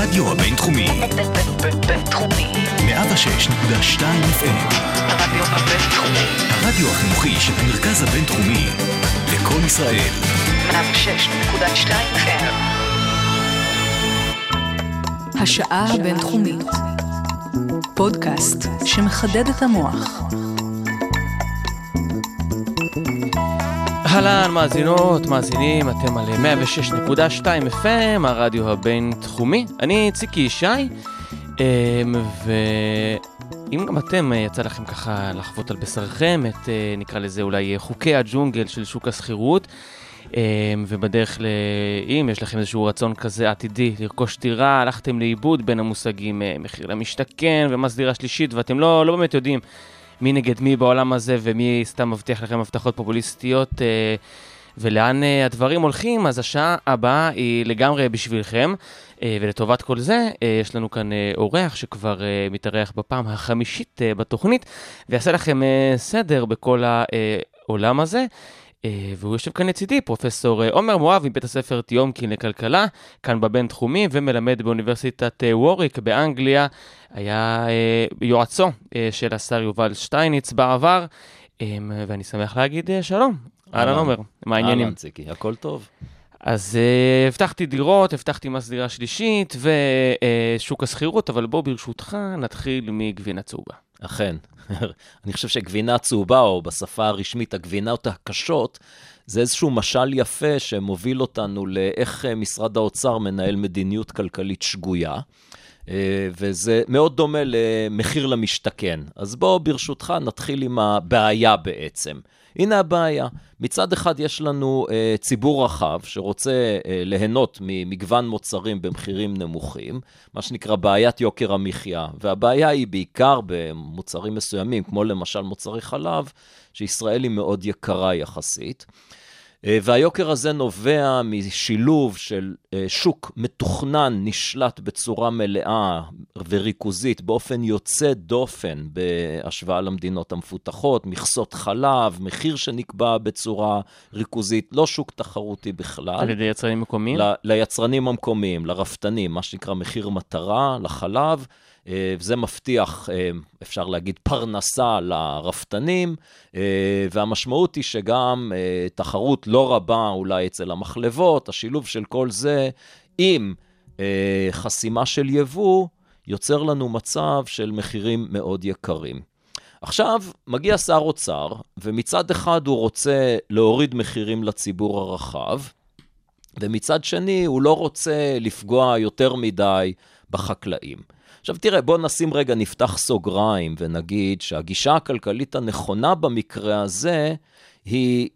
הרדיו הבינתחומי. בינתחומי. 106.2 FM. הרדיו הבינתחומי. הרדיו החינוכי של המרכז הבינתחומי. לכל ישראל. 106.2 FM. השעה הבינתחומית. פודקאסט שמחדד את המוח. אהלן, מאזינות, מאזינים, אתם על 106.2 FM, הרדיו הבינתחומי. אני ציקי ישי, ואם גם אתם יצא לכם ככה לחוות על בשרכם את, נקרא לזה אולי חוקי הג'ונגל של שוק הסחירות, ובדרך אם יש לכם איזשהו רצון כזה עתידי לרכוש דירה, הלכתם לאיבוד בין המושגים מחיר למשתכן ומס דירה שלישית, ואתם לא באמת יודעים מי נגד מי בעולם הזה, ומי סתם מבטיח לכם הבטחות פופוליסטיות, ולאן הדברים הולכים, אז השעה הבאה היא לגמרי בשבילכם, ולטובת כל זה, יש לנו כאן אורח שכבר מתארח בפעם החמישית בתוכנית, ויעשה לכם סדר בכל העולם הזה, והוא יושב כאן לצידי, פרופסור עומר מואב מבית הספר תיומקין לכלכלה, כאן בבינתחומי, ומלמד באוניברסיטת ווריק באנגליה, היה יועצו של השר יובל שטייניץ בעבר, ואני שמח להגיד שלום. אהלן עומר, מה העניינים? אהלן ציקי, הכל טוב. אז הבטחתי דירות, הבטחתי מס דירה שלישית ושוק הסחירות, אבל בוא ברשותך נתחיל מגבינה צהובה. אכן, אני חושב שגבינה צהובה, או בשפה הרשמית הגבינות הקשות, זה איזשהו משל יפה שמוביל אותנו לאיך משרד האוצר מנהל מדיניות כלכלית שגויה, וזה מאוד דומה למחיר למשתכן. אז בוא ברשותך נתחיל עם הבעיה בעצם. הנה הבעיה, מצד אחד יש לנו ציבור רחב שרוצה ליהנות ממגוון מוצרים במחירים נמוכים, מה שנקרא בעיית יוקר המחיה, והבעיה היא בעיקר במוצרים מסוימים, כמו למשל מוצרי חלב, שישראל היא מאוד יקרה יחסית, והיוקר הזה נובע משילוב של שוק מתוכנן נשלט בצורה מלאה וריכוזית באופן יוצא דופן בהשוואה למדינות המפותחות, מכסות חלב, מחיר שנקבע בצורה ריכוזית, לא שוק תחרותי בכלל. על ידי יצרנים מקומיים? ליצרנים המקומיים, לרפתנים, מה שנקרא מחיר מטרה לחלב, וזה מבטיח, אפשר להגיד, פרנסה לרפתנים, והמשמעות היא שגם תחרות לא רבה אולי אצל המחלבות, השילוב של כל זה עם חסימה של יבוא, יוצר לנו מצב של מחירים מאוד יקרים. עכשיו מגיע שר אוצר, ומצד אחד הוא רוצה להוריד מחירים לציבור הרחב, ומצד שני הוא לא רוצה לפגוע יותר מדי בחקלאים. עכשיו תראה, בוא נשים רגע, נפתח סוגריים ונגיד שהגישה הכלכלית הנכונה במקרה הזה היא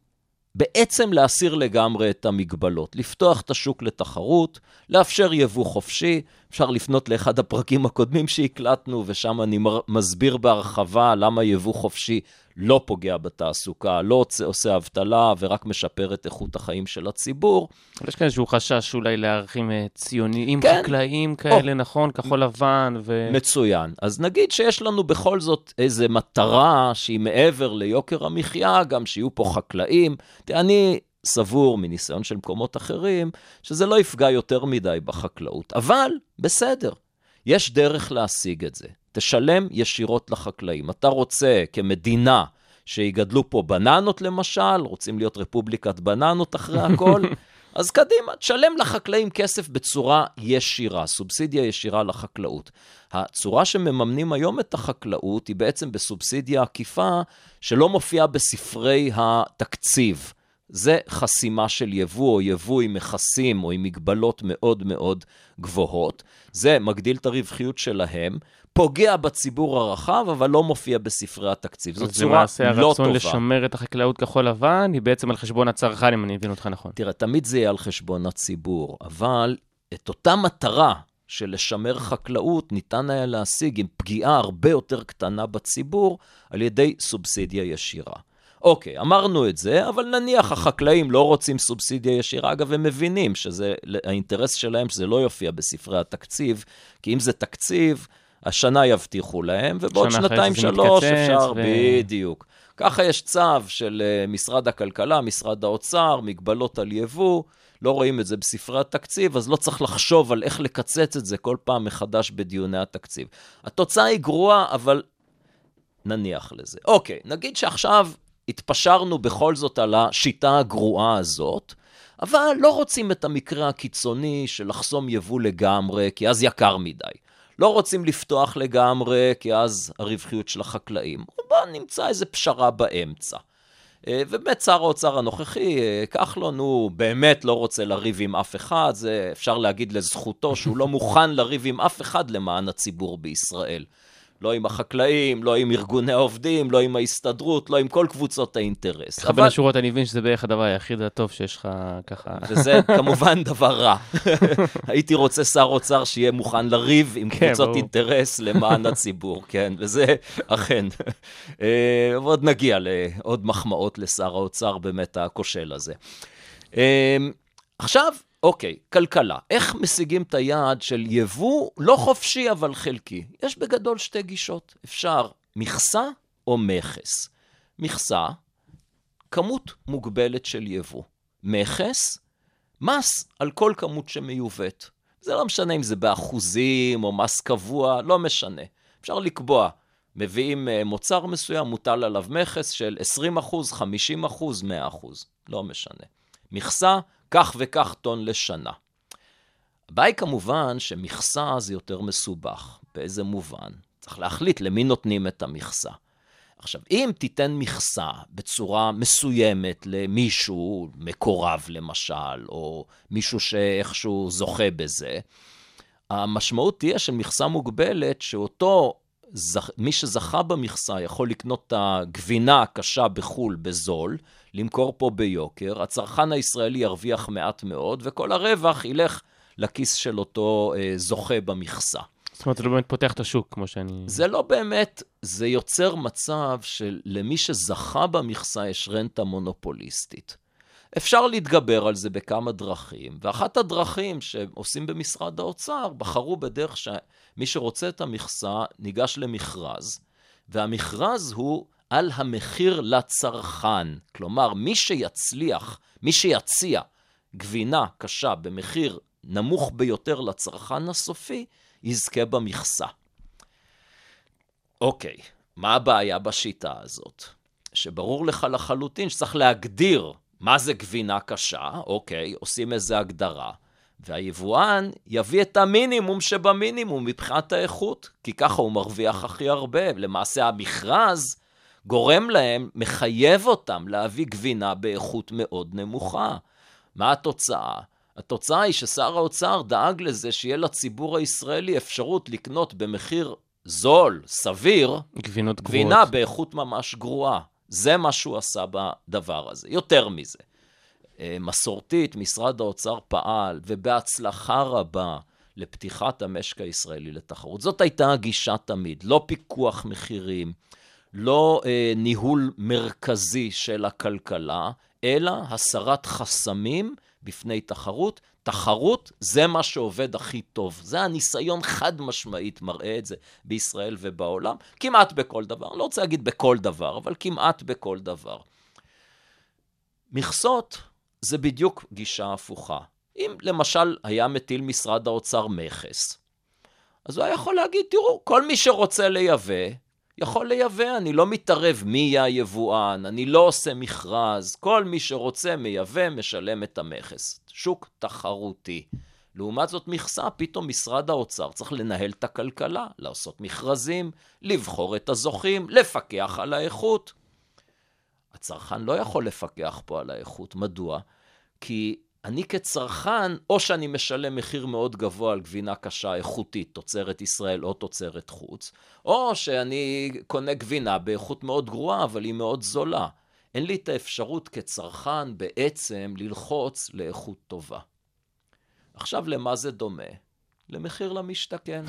בעצם להסיר לגמרי את המגבלות, לפתוח את השוק לתחרות, לאפשר יבוא חופשי. אפשר לפנות לאחד הפרקים הקודמים שהקלטנו, ושם אני מסביר בהרחבה למה יבוא חופשי לא פוגע בתעסוקה, לא עושה אבטלה ורק משפר את איכות החיים של הציבור. יש כאן איזשהו חשש אולי לערכים ציוניים, כן. חקלאיים כאלה, נכון? כחול לבן מצוין. אז נגיד שיש לנו בכל זאת איזו מטרה שהיא מעבר ליוקר המחיה, גם שיהיו פה חקלאים. אני סבור מניסיון של מקומות אחרים, שזה לא יפגע יותר מדי בחקלאות. אבל בסדר, יש דרך להשיג את זה. תשלם ישירות לחקלאים. אתה רוצה כמדינה שיגדלו פה בננות למשל, רוצים להיות רפובליקת בננות אחרי הכל, אז קדימה, תשלם לחקלאים כסף בצורה ישירה, סובסידיה ישירה לחקלאות. הצורה שמממנים היום את החקלאות היא בעצם בסובסידיה עקיפה שלא מופיעה בספרי התקציב. זה חסימה של יבוא, או יבוא עם מכסים, או עם מגבלות מאוד מאוד גבוהות. זה מגדיל את הרווחיות שלהם, פוגע בציבור הרחב, אבל לא מופיע בספרי התקציב. זו צורה לא טובה. למעשה הרצון לשמר את החקלאות כחול לבן, היא בעצם על חשבון הצרכן, אם אני מבין אותך נכון. תראה, תמיד זה יהיה על חשבון הציבור, אבל את אותה מטרה של לשמר חקלאות, ניתן היה להשיג עם פגיעה הרבה יותר קטנה בציבור, על ידי סובסידיה ישירה. אוקיי, אמרנו את זה, אבל נניח החקלאים לא רוצים סובסידיה ישירה, אגב, הם מבינים שזה, האינטרס שלהם שזה לא יופיע בספרי התקציב, כי אם זה תקציב, השנה יבטיחו להם, ובעוד שנתיים שלוש אפשר, בדיוק. ככה יש צו של משרד הכלכלה, משרד האוצר, מגבלות על יבוא, לא רואים את זה בספרי התקציב, אז לא צריך לחשוב על איך לקצץ את זה כל פעם מחדש בדיוני התקציב. התוצאה היא גרועה, אבל נניח לזה. אוקיי, נגיד שעכשיו התפשרנו בכל זאת על השיטה הגרועה הזאת, אבל לא רוצים את המקרה הקיצוני של לחסום יבוא לגמרי, כי אז יקר מדי. לא רוצים לפתוח לגמרי, כי אז הרווחיות של החקלאים. בוא נמצא איזה פשרה באמצע. ובאמת שר האוצר הנוכחי, כחלון, הוא באמת לא רוצה לריב עם אף אחד, זה אפשר להגיד לזכותו שהוא לא מוכן לריב עם אף אחד למען הציבור בישראל. לא עם החקלאים, לא עם ארגוני העובדים, לא עם ההסתדרות, לא עם כל קבוצות האינטרס. ככה בין השורות אני מבין שזה בערך הדבר היחיד הטוב שיש לך ככה. וזה כמובן דבר רע. הייתי רוצה שר אוצר שיהיה מוכן לריב עם קבוצות אינטרס למען הציבור, כן, וזה אכן. ועוד נגיע לעוד מחמאות לשר האוצר באמת הכושל הזה. עכשיו, אוקיי, כלכלה. איך משיגים את היעד של יבוא לא חופשי אבל חלקי? יש בגדול שתי גישות. אפשר מכסה או מכס. מכסה, כמות מוגבלת של יבוא. מכס, מס על כל כמות שמיובאת. זה לא משנה אם זה באחוזים או מס קבוע, לא משנה. אפשר לקבוע, מביאים מוצר מסוים, מוטל עליו מכס של 20%, 50%, 100%. לא משנה. מכסה, כך וכך טון לשנה. הבעיה כמובן שמכסה זה יותר מסובך. באיזה מובן? צריך להחליט למי נותנים את המכסה. עכשיו, אם תיתן מכסה בצורה מסוימת למישהו מקורב למשל, או מישהו שאיכשהו זוכה בזה, המשמעות תהיה של מכסה מוגבלת שאותו מי שזכה במכסה יכול לקנות את הגבינה הקשה בחול בזול, למכור פה ביוקר, הצרכן הישראלי ירוויח מעט מאוד, וכל הרווח ילך לכיס של אותו זוכה במכסה. זאת אומרת, זה לא באמת פותח את השוק, כמו שאני... זה לא באמת, זה יוצר מצב שלמי שזכה במכסה יש רנטה מונופוליסטית. אפשר להתגבר על זה בכמה דרכים, ואחת הדרכים שעושים במשרד האוצר, בחרו בדרך שמי שרוצה את המכסה ניגש למכרז, והמכרז הוא על המחיר לצרכן. כלומר, מי שיצליח, מי שיציע גבינה קשה במחיר נמוך ביותר לצרכן הסופי, יזכה במכסה. אוקיי, מה הבעיה בשיטה הזאת? שברור לך לחלוטין שצריך להגדיר מה זה גבינה קשה, אוקיי, עושים איזו הגדרה, והיבואן יביא את המינימום שבמינימום מבחינת האיכות, כי ככה הוא מרוויח הכי הרבה. למעשה המכרז גורם להם, מחייב אותם להביא גבינה באיכות מאוד נמוכה. מה התוצאה? התוצאה היא ששר האוצר דאג לזה שיהיה לציבור הישראלי אפשרות לקנות במחיר זול, סביר, גבינה באיכות ממש גרועה. זה מה שהוא עשה בדבר הזה. יותר מזה. מסורתית, משרד האוצר פעל, ובהצלחה רבה, לפתיחת המשק הישראלי לתחרות. זאת הייתה הגישה תמיד. לא פיקוח מחירים, לא ניהול מרכזי של הכלכלה, אלא הסרת חסמים בפני תחרות. תחרות זה מה שעובד הכי טוב. זה הניסיון חד משמעית מראה את זה בישראל ובעולם. כמעט בכל דבר. אני לא רוצה להגיד בכל דבר, אבל כמעט בכל דבר. מכסות זה בדיוק גישה הפוכה. אם למשל היה מטיל משרד האוצר מכס, אז הוא היה יכול להגיד, תראו, כל מי שרוצה לייבא, יכול לייבא, אני לא מתערב מי יהיה היבואן, אני לא עושה מכרז, כל מי שרוצה מייבא משלם את המכס. שוק תחרותי. לעומת זאת מכסה, פתאום משרד האוצר צריך לנהל את הכלכלה, לעשות מכרזים, לבחור את הזוכים, לפקח על האיכות. הצרכן לא יכול לפקח פה על האיכות. מדוע? כי אני כצרכן, או שאני משלם מחיר מאוד גבוה על גבינה קשה איכותית, תוצרת ישראל או תוצרת חוץ, או שאני קונה גבינה באיכות מאוד גרועה, אבל היא מאוד זולה. אין לי את האפשרות כצרכן בעצם ללחוץ לאיכות טובה. עכשיו למה זה דומה? למחיר למשתכן.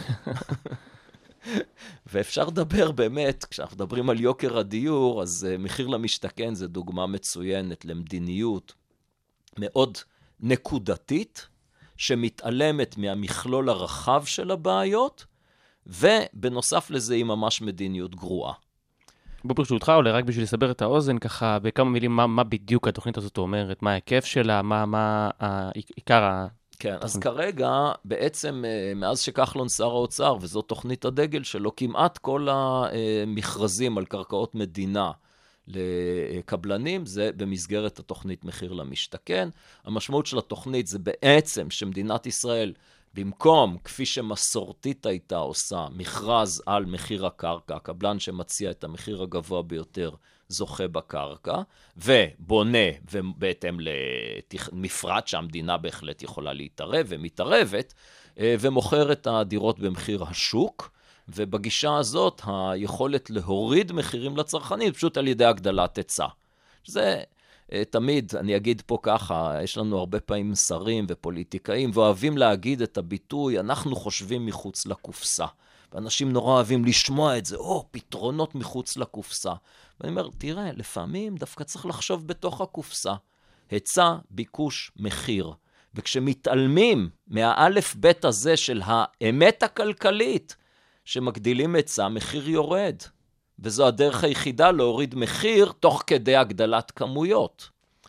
ואפשר לדבר באמת, כשאנחנו מדברים על יוקר הדיור, אז מחיר למשתכן זה דוגמה מצוינת למדיניות מאוד נקודתית, שמתעלמת מהמכלול הרחב של הבעיות, ובנוסף לזה היא ממש מדיניות גרועה. ברשותך, אולי רק בשביל לסבר את האוזן, ככה בכמה מילים, מה בדיוק התוכנית הזאת אומרת, מה ההיקף שלה, מה עיקר כן, אז כרגע, בעצם, מאז שכחלון שר האוצר, וזו תוכנית הדגל שלו, כמעט כל המכרזים על קרקעות מדינה לקבלנים, זה במסגרת התוכנית מחיר למשתכן. המשמעות של התוכנית זה בעצם שמדינת ישראל, במקום, כפי שמסורתית הייתה עושה, מכרז על מחיר הקרקע, הקבלן שמציע את המחיר הגבוה ביותר, זוכה בקרקע, ובונה, ובהתאם למפרט שהמדינה בהחלט יכולה להתערב, ומתערבת, ומוכר את הדירות במחיר השוק, ובגישה הזאת, היכולת להוריד מחירים לצרכנים, פשוט על ידי הגדלת היצע. זה תמיד, אני אגיד פה ככה, יש לנו הרבה פעמים שרים ופוליטיקאים, ואוהבים להגיד את הביטוי, אנחנו חושבים מחוץ לקופסה. ואנשים נורא אוהבים לשמוע את זה, פתרונות מחוץ לקופסה. ואני אומר, תראה, לפעמים דווקא צריך לחשוב בתוך הקופסה. היצע, ביקוש, מחיר. וכשמתעלמים מהאלף בית הזה של האמת הכלכלית, שמגדילים היצע, מחיר יורד. וזו הדרך היחידה להוריד מחיר תוך כדי הגדלת כמויות.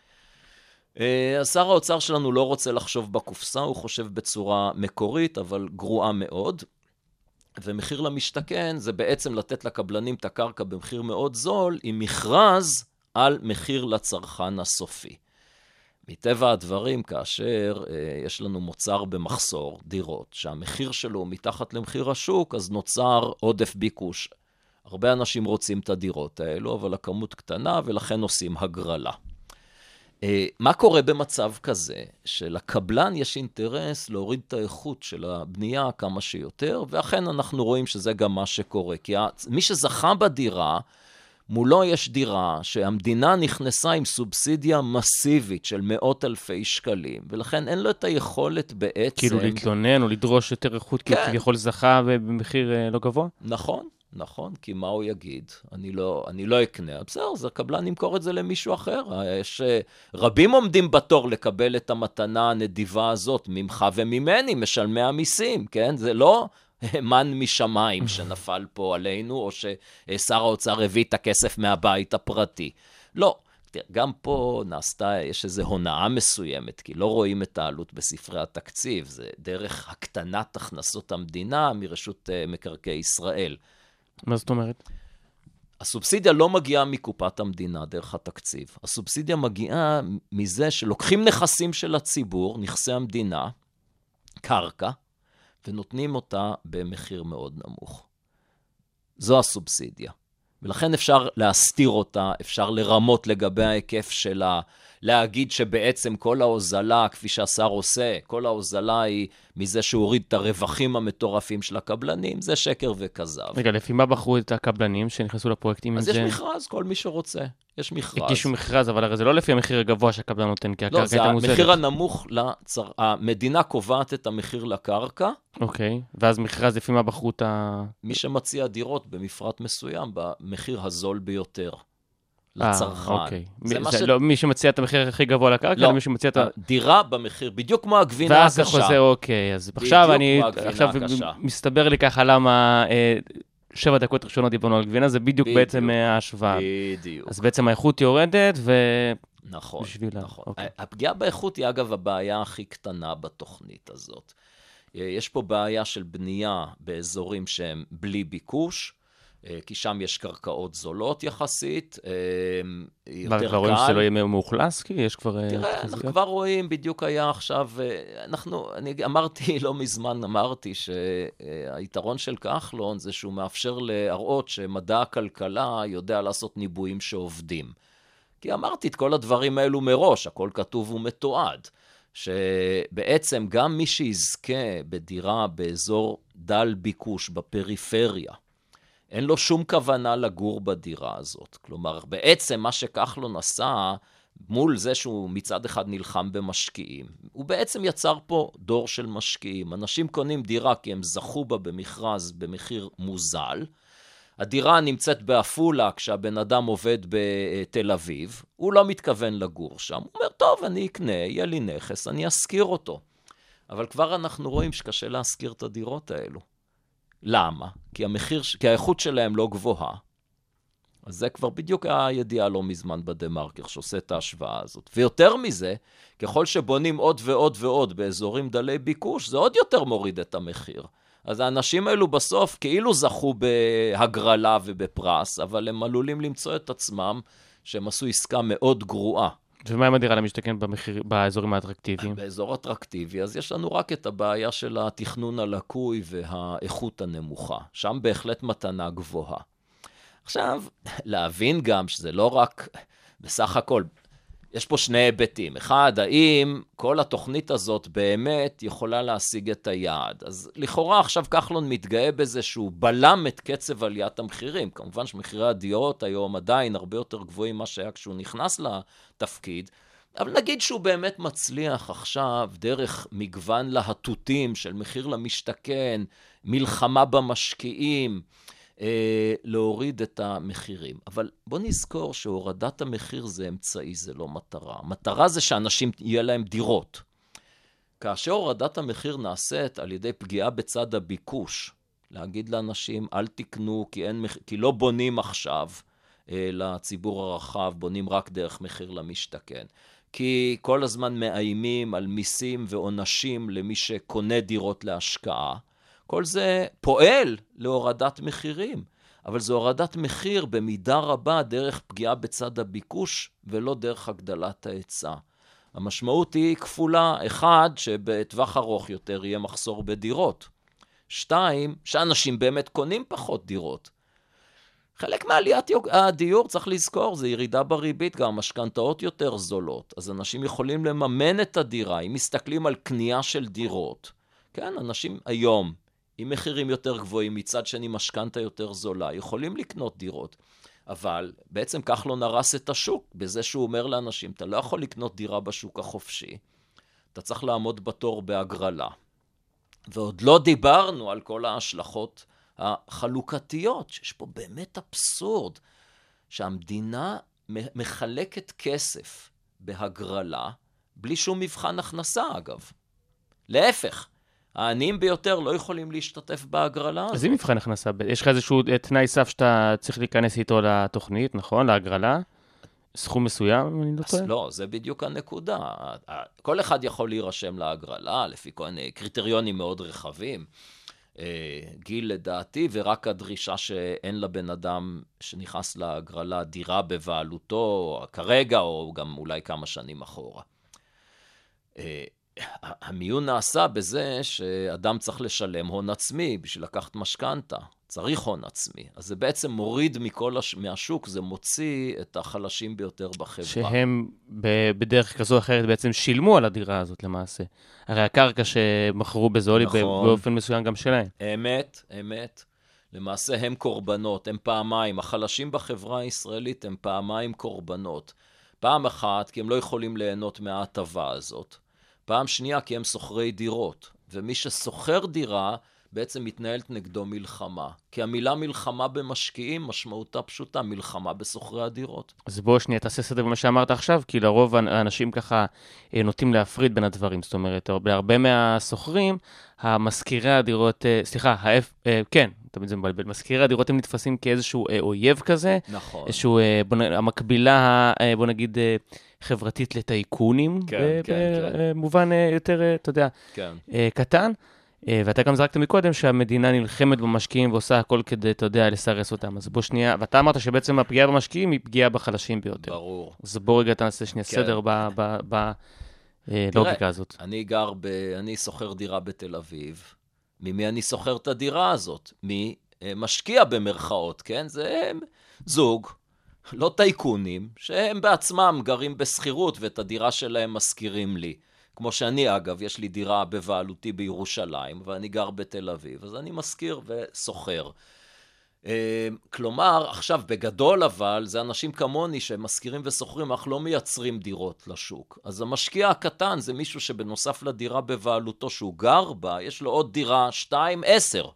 שר האוצר שלנו לא רוצה לחשוב בקופסה, הוא חושב בצורה מקורית, אבל גרועה מאוד. ומחיר למשתכן זה בעצם לתת לקבלנים את הקרקע במחיר מאוד זול, עם מכרז על מחיר לצרכן הסופי. מטבע הדברים, כאשר יש לנו מוצר במחסור, דירות, שהמחיר שלו מתחת למחיר השוק, אז נוצר עודף ביקוש. הרבה אנשים רוצים את הדירות האלו, אבל הכמות קטנה, ולכן עושים הגרלה. מה קורה במצב כזה? שלקבלן יש אינטרס להוריד את האיכות של הבנייה כמה שיותר, ואכן אנחנו רואים שזה גם מה שקורה. כי מי שזכה בדירה, מולו יש דירה שהמדינה נכנסה עם סובסידיה מסיבית של מאות אלפי שקלים, ולכן אין לו את היכולת בעצם... כאילו להתלונן או לדרוש יותר איכות, כי הוא כביכול זכה במחיר לא גבוה? נכון, כי מה הוא יגיד? אני לא אקנה. בסדר, זה הקבלן ימכור את זה למישהו אחר. יש רבים עומדים בתור לקבל את המתנה הנדיבה הזאת, ממך וממני, משלמי המיסים, כן? זה לא מן משמיים שנפל פה עלינו, או ששר האוצר הביא את הכסף מהבית הפרטי. לא. גם פה יש איזו הונאה מסוימת, כי לא רואים את העלות בספרי התקציב, זה דרך הקטנת הכנסות המדינה מרשות מקרקעי ישראל. מה זאת אומרת? הסובסידיה לא מגיעה מקופת המדינה דרך התקציב. הסובסידיה מגיעה מזה שלוקחים נכסים של הציבור, נכסי המדינה, קרקע, ונותנים אותה במחיר מאוד נמוך. זו הסובסידיה. ולכן אפשר להסתיר אותה, אפשר לרמות לגבי ההיקף שלה, להגיד שבעצם כל ההוזלה, כפי שהשר עושה, כל ההוזלה היא מזה שהוא הוריד את הרווחים המטורפים של הקבלנים, זה שקר וכזב. רגע, לפי מה בחרו את הקבלנים שנכנסו לפרויקטים? אז יש מכרז, כל מי שרוצה, יש מכרז. הגישו מכרז, אבל הרי זה לא לפי המחיר הגבוה שהקבלן נותן, כי הקרקע הייתה מוזלת. לא, זה המחיר הנמוך, המדינה קובעת את המחיר לקרקע. אוקיי, ואז מכרז לפי מה בחרו את ה... מי שמציע דירות במפרט מסוים, במחיר הזול ביותר. לצרכן. אוקיי. לא מי שמציע את המחיר הכי גבוה לקרקע, אלא מי שמציע את הדירה במחיר, בדיוק כמו הגבינה הקשה. ואז זה חוזר, אוקיי. אז עכשיו מסתבר לי ככה למה 7 דקות ראשונות דיברנו על גבינה, זה בדיוק בעצם ההשוואה. בדיוק. אז בעצם האיכות יורדת נכון. נכון. הפגיעה באיכות היא אגב הבעיה הכי קטנה בתוכנית הזאת. יש פה בעיה של בנייה באזורים שהם בלי ביקוש, כי שם יש קרקעות זולות יחסית, יותר קל. כבר רואים שזה לא יהיה מאוכלס? כי יש כבר... תראה, אנחנו כבר רואים, בדיוק היה עכשיו, אני אמרתי לא מזמן, שהיתרון של כחלון זה שהוא מאפשר להראות שמדע הכלכלה יודע לעשות ניבויים שעובדים. כי אמרתי את כל הדברים האלו מראש, הכל כתוב ומתועד. שבעצם גם מי שיזכה בדירה באזור דל ביקוש בפריפריה, אין לו שום כוונה לגור בדירה הזאת. כלומר, בעצם מה שכחלון עשה, מול זה שהוא מצד אחד נלחם במשקיעים, הוא בעצם יצר פה דור של משקיעים. אנשים קונים דירה כי הם זכו בה במכרז במחיר מוזל, הדירה נמצאת באפולה כשהבן אדם עובד בתל אביב, הוא לא מתכוון לגור שם, הוא אומר, טוב, אני אקנה, יהיה לי נכס, אני אשכיר אותו. אבל כבר אנחנו רואים שקשה להשכיר את הדירות האלו. למה? כי האיכות שלהם לא גבוהה. אז זה כבר בדיוק הידיעה לא מזמן בדה-מרקר, שעושה את ההשוואה הזאת. ויותר מזה, ככל שבונים עוד ועוד ועוד באזורים דלי ביקוש, זה עוד יותר מוריד את המחיר. אז האנשים האלו בסוף כאילו זכו בהגרלה ובפרס, אבל הם עלולים למצוא את עצמם שהם עשו עסקה מאוד גרועה. ומה עם הדירה למשתכן באזורים האטרקטיביים? באזור אטרקטיבי, אז יש לנו רק את הבעיה של התכנון הלקוי והאיכות הנמוכה. שם בהחלט מתנה גבוהה. עכשיו, להבין גם שזה לא רק, בסך הכל, יש פה שני היבטים. אחד, האם כל התוכנית הזאת באמת יכולה להשיג את היעד? אז לכאורה עכשיו כחלון מתגאה בזה שהוא בלם את קצב עליית המחירים. כמובן שמחירי הדירות היום עדיין הרבה יותר גבוהים מה שהיה כשהוא נכנס לתפקיד, אבל נגיד שהוא באמת מצליח עכשיו דרך מגוון להטוטים של מחיר למשתכן, מלחמה במשקיעים, להוריד את המחירים. אבל בוא נזכור שהורדת המחיר זה אמצעי, זה לא מטרה. מטרה זה שאנשים יהיה להם דירות. כאשר הורדת המחיר נעשית על ידי פגיעה בצד הביקוש, להגיד לאנשים אל תקנו כי לא בונים עכשיו לציבור הרחב, בונים רק דרך מחיר למשתכן. כי כל הזמן מאיימים על מיסים ועונשים למי שקונה דירות להשקעה. כל זה פועל להורדת מחירים, אבל זו הורדת מחיר במידה רבה דרך פגיעה בצד הביקוש ולא דרך הגדלת ההיצע. המשמעות היא כפולה, אחד, שבטווח ארוך יותר יהיה מחסור בדירות. 2, שאנשים באמת קונים פחות דירות. חלק מעליית הדיור, צריך לזכור, זה ירידה בריבית, גם משכנתאות יותר זולות, אז אנשים יכולים לממן את הדירה, אם מסתכלים על קנייה של דירות. כן, אנשים היום, עם מחירים יותר גבוהים, מצד שני משכנתה יותר זולה, יכולים לקנות דירות. אבל בעצם כחלון הרס את השוק, בזה שהוא אומר לאנשים, אתה לא יכול לקנות דירה בשוק החופשי, אתה צריך לעמוד בתור בהגרלה. ועוד לא דיברנו על כל ההשלכות החלוקתיות, שיש פה באמת אבסורד, שהמדינה מחלקת כסף בהגרלה, בלי שום מבחן הכנסה אגב. להפך, העניים ביותר לא יכולים להשתתף בהגרלה. אז אם מבחן הכנסה, יש לך איזשהו תנאי סף שאתה צריך להיכנס איתו לתוכנית, נכון? להגרלה? סכום מסוים, אני לא טועה? לא, זה בדיוק הנקודה. כל אחד יכול להירשם להגרלה, לפי כל קריטריונים מאוד רחבים. גיל לדעתי, ורק הדרישה שאין לבן אדם שנכנס להגרלה דירה בבעלותו, כרגע, או גם אולי כמה שנים אחורה. המיון נעשה בזה שאדם צריך לשלם הון עצמי בשביל לקחת משכנתה. צריך הון עצמי. אז זה בעצם מוריד מהשוק, זה מוציא את החלשים ביותר בחברה. שהם בדרך כזו או אחרת בעצם שילמו על הדירה הזאת למעשה. הרי הקרקע שמכרו בזול היא באופן מסוים גם שלהם. אמת. למעשה הם קורבנות, הם פעמיים. החלשים בחברה הישראלית הם פעמיים קורבנות. פעם אחת כי הם לא יכולים ליהנות מההטבה הזאת. פעם שנייה כי הם סוחרי דירות. ומי שסוחר דירה בעצם מתנהלת נגדו מלחמה. כי המילה מלחמה במשקיעים משמעותה פשוטה, מלחמה בסוחרי הדירות. אז בואו שנייה, תעשה סדר במה שאמרת עכשיו, כי לרוב האנשים ככה נוטים להפריד בין הדברים. זאת אומרת, בהרבה מהסוחרים, המשכירי הדירות, כן, תמיד זה מבלבל, משכירי הדירות הם נתפסים כאיזשהו אויב כזה. נכון. איזשהו, המקבילה, בוא נגיד, חברתית לטייקונים, במובן יותר, אתה יודע, קטן. ואתה גם זרקת מקודם שהמדינה נלחמת במשקיעים ועושה הכל כדי, אתה יודע, לסרס אותם. אז בוא שנייה, ואתה אמרת שבעצם הפגיעה במשקיעים היא פגיעה בחלשים ביותר. ברור. אז בוא רגע תנסה שנייה סדר בלוגיקה הזאת. אני סוחר דירה בתל אביב. ממי אני סוחר את הדירה הזאת? מי משקיע במרכאות, כן? זה זוג, לא טייקונים, שהם בעצמם גרים בסחירות ואת הדירה שלהם מזכירים לי. כמו שאני, אגב, יש לי דירה בבעלותי בירושלים, ואני גר בתל אביב, אז אני מזכיר וסוחר. כלומר, עכשיו, בגדול אבל, זה אנשים כמוני שמזכירים וסוחרים, אך לא מייצרים דירות לשוק. אז המשקיע הקטן זה מישהו שבנוסף לדירה בבעלותו שהוא גר בה, יש לו עוד דירה 2, 10.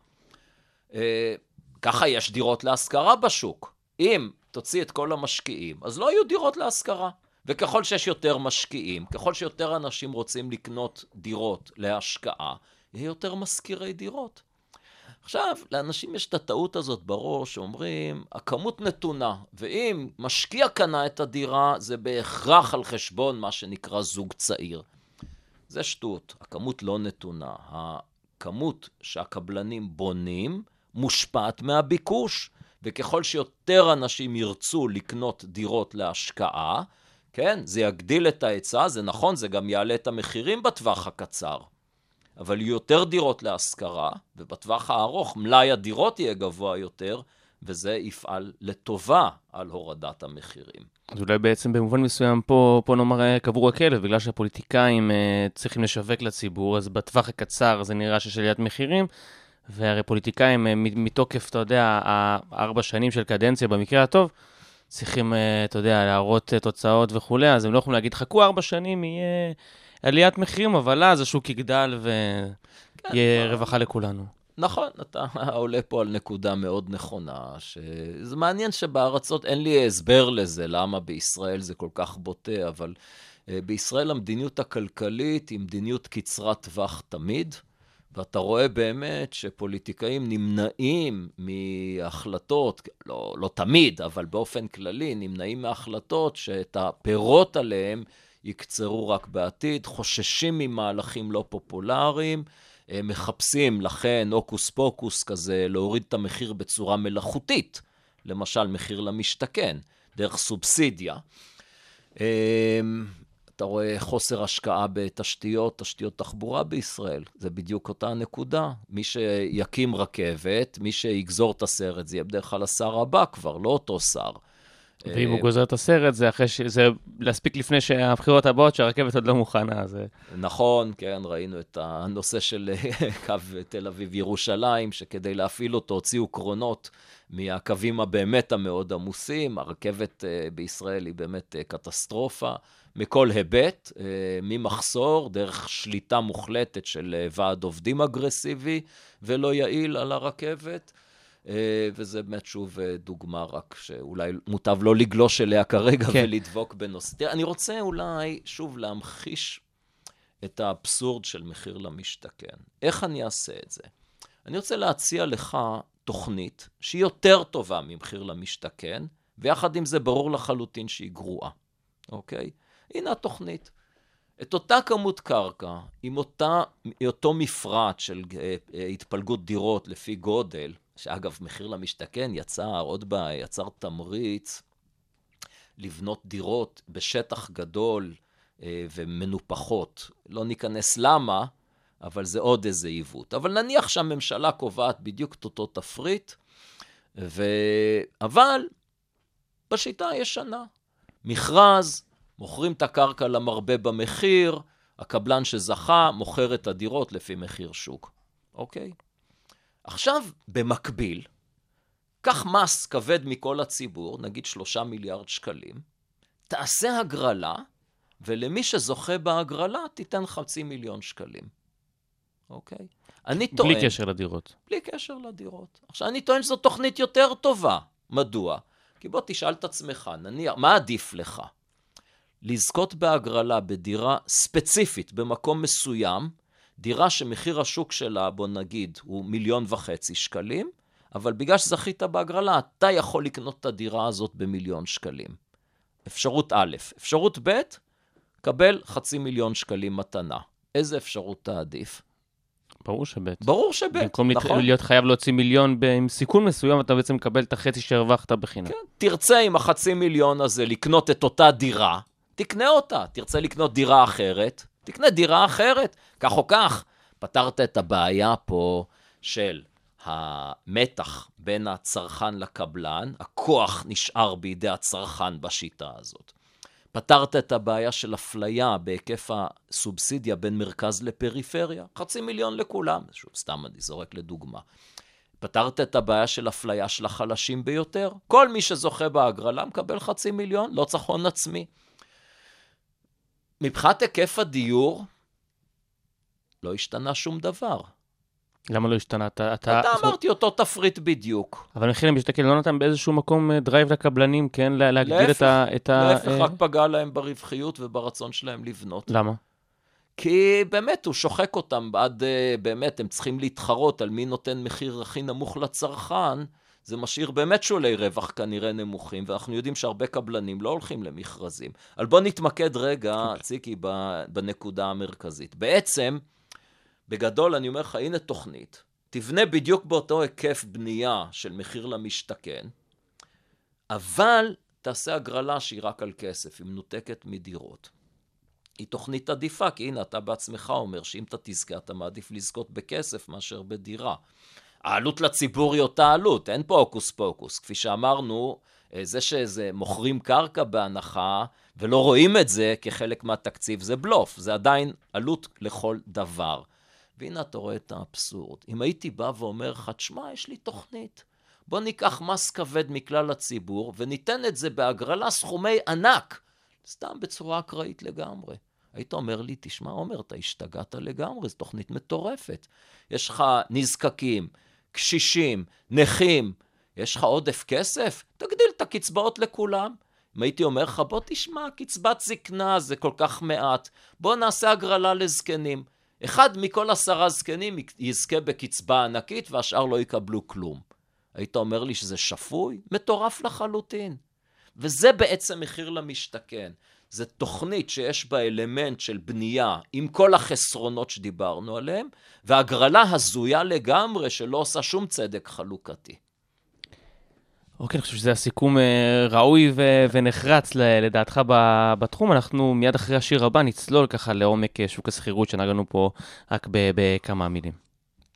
ככה יש דירות להשכרה בשוק. אם תוציא את כל המשקיעים, אז לא יהיו דירות להשכרה. וככל שיש יותר משקיעים, ככל שיותר אנשים רוצים לקנות דירות להשקעה, יהיה יותר משכירי דירות. עכשיו, לאנשים יש את הטעות הזאת בראש, שאומרים, הכמות נתונה, ואם משקיע קנה את הדירה, זה בהכרח על חשבון מה שנקרא זוג צעיר. זה שטות, הכמות לא נתונה. הכמות שהקבלנים בונים מושפעת מהביקוש, וככל שיותר אנשים ירצו לקנות דירות להשקעה, כן, זה יגדיל את ההיצע, זה נכון, זה גם יעלה את המחירים בטווח הקצר. אבל יותר דירות להשכרה, ובטווח הארוך מלאי הדירות יהיה גבוה יותר, וזה יפעל לטובה על הורדת המחירים. אז אולי בעצם במובן מסוים פה נאמר קבור הכלב, בגלל שהפוליטיקאים צריכים לשווק לציבור, אז בטווח הקצר זה נראה שיש עליית מחירים, והרי פוליטיקאים מתוקף, אתה יודע, 4 שנים של קדנציה במקרה הטוב, צריכים, אתה יודע, להראות תוצאות וכו', אז הם לא יכולים להגיד, חכו 4 שנים, יהיה עליית מחירים, אבל אז השוק יגדל ויהיה רווחה לכולנו. נכון, אתה עולה פה על נקודה מאוד נכונה, שזה מעניין שבארצות אין לי הסבר לזה, למה בישראל זה כל כך בוטה, אבל בישראל המדיניות הכלכלית היא מדיניות קצרת טווח תמיד, ואתה רואה באמת שפוליטיקאים נמנעים מהחלטות, לא תמיד, אבל באופן כללי, נמנעים מהחלטות שאת הפירות עליהם יקצרו רק בעתיד, חוששים ממהלכים לא פופולריים, מחפשים לכן אוקוס פוקוס כזה, להוריד את המחיר בצורה מלאכותית, למשל מחיר למשתכן, דרך סובסידיה. אתה רואה חוסר השקעה בתשתיות, תשתיות תחבורה בישראל, זה בדיוק אותה הנקודה. מי שיקים רכבת, מי שיגזור את הסרט, זה יהיה בדרך כלל השר הבא כבר, לא אותו שר. ואם הוא גוזר את הסרט, זה להספיק לפני שהבחירות הבאות, שהרכבת עוד לא מוכנה. נכון, כן, ראינו את הנושא של קו תל אביב-ירושלים, שכדי להפעיל אותו הוציאו קרונות מהקווים הבאמת המאוד עמוסים. הרכבת בישראל היא באמת קטסטרופה, מכל היבט, ממחסור, דרך שליטה מוחלטת של ועד עובדים אגרסיבי, ולא יעיל על הרכבת. וזה באמת שוב דוגמה רק שאולי מוטב לא לגלוש אליה כרגע ולדבוק בנושא. תראה, אני רוצה אולי שוב להמחיש את האבסורד של מחיר למשתכן. איך אני אעשה את זה? אני רוצה להציע לך תוכנית שהיא יותר טובה ממחיר למשתכן, ויחד עם זה ברור לחלוטין שהיא גרועה. אוקיי? הנה התוכנית. את אותה כמות קרקע, עם אותו מפרט של התפלגות דירות לפי גודל, שאגב, מחיר למשתכן יצר תמריץ לבנות דירות בשטח גדול ומנופחות. לא ניכנס למה, אבל זה עוד איזה עיוות. אבל נניח שהממשלה קובעת בדיוק את אותו תפריט, אבל בשיטה הישנה. מכרז, מוכרים את הקרקע למרבה במחיר, הקבלן שזכה מוכר את הדירות לפי מחיר שוק. אוקיי? עכשיו, במקביל, קח מס כבד מכל הציבור, נגיד 3 מיליארד שקלים, תעשה הגרלה, ולמי שזוכה בהגרלה, תיתן 500,000 שקלים. אוקיי? אני טוען... בלי קשר לדירות. בלי קשר לדירות. עכשיו, אני טוען שזו תוכנית יותר טובה. מדוע? כי בוא תשאל את עצמך, נניח, מה עדיף לך? לזכות בהגרלה בדירה ספציפית במקום מסוים, דירה שמחיר השוק שלה, בוא נגיד, הוא 1.5 מיליון שקלים, אבל בגלל שזכית בהגרלה, אתה יכול לקנות את הדירה הזאת ב1,000,000 שקלים. אפשרות א'. אפשרות ב', קבל 500,000 שקלים מתנה. איזה אפשרות תעדיף? ברור שב'. ברור שב', במקום נכון? להיות חייב להוציא 1,000,000 עם סיכון מסוים, אתה בעצם מקבל את החצי שהרווחת בחינם. כן, תרצה עם 500,000 הזה לקנות את אותה דירה, תקנה אותה. תרצה לקנות דירה אחרת, תקנה דירה אחרת. כך או כך, פתרת את הבעיה פה של המתח בין הצרכן לקבלן, הכוח נשאר בידי הצרכן בשיטה הזאת. פתרת את הבעיה של אפליה בהיקף הסובסידיה בין מרכז לפריפריה, 500,000 לכולם, שוב, סתם אני זורק לדוגמה. פתרת את הבעיה של אפליה של החלשים ביותר, כל מי שזוכה בהגרלה מקבל 500,000, לא צריך הון עצמי. מבחינת היקף הדיור, לא השתנה שום דבר. למה לא השתנה? אתה אמרתי אותו תפריט בדיוק. אבל מחיר למשתכן לא נתן באיזשהו מקום דרייב לקבלנים, כן? להגדיל את ה... להפך, רק פגע להם ברווחיות וברצון שלהם לבנות. למה? כי באמת הוא שוחק אותם עד, באמת הם צריכים להתחרות על מי נותן מחיר הכי נמוך לצרכן, זה משאיר באמת שולי רווח כנראה נמוכים, ואנחנו יודעים שהרבה קבלנים לא הולכים למכרזים. אבל בוא נתמקד רגע, ציקי, בנקודה המרכזית. בעצם, בגדול אני אומר לך, הנה תוכנית, תבנה בדיוק באותו היקף בנייה של מחיר למשתכן, אבל תעשה הגרלה שהיא רק על כסף, היא מנותקת מדירות. היא תוכנית עדיפה, כי הנה אתה בעצמך אומר שאם אתה תזכה, אתה מעדיף לזכות בכסף מאשר בדירה. העלות לציבור היא אותה עלות, אין פה אוקוס פוקוס. כפי שאמרנו, זה שזה מוכרים קרקע בהנחה, ולא רואים את זה כחלק מהתקציב, זה בלוף, זה עדיין עלות לכל דבר. והנה אתה רואה את האבסורד. אם הייתי בא ואומר לך, תשמע, יש לי תוכנית, בוא ניקח מס כבד מכלל הציבור, וניתן את זה בהגרלה סכומי ענק, סתם בצורה אקראית לגמרי. היית אומר לי, תשמע, עומר, אתה השתגעת לגמרי, זו תוכנית מטורפת. יש לך נזקקים, קשישים, נכים, יש לך עודף כסף? תגדיל את הקצבאות לכולם. אם הייתי אומר לך, בוא תשמע, קצבת זקנה זה כל כך מעט, בוא נעשה הגרלה לזקנים. אחד מכל 10 זקנים יזכה בקצבה ענקית, והשאר לא יקבלו כלום. היית אומר לי שזה שפוי? מטורף לחלוטין. וזה בעצם מחיר למשתכן. זה תוכנית שיש בה אלמנט של בנייה עם כל החסרונות שדיברנו עליהם, והגרלה הזויה לגמרי שלא עושה שום צדק חלוקתי. אוקיי, אני חושב שזה הסיכום ראוי ונחרץ לדעתך בתחום. אנחנו מיד אחרי השיר הבא נצלול ככה לעומק שוק השכירות שנגענו פה רק בכמה מילים.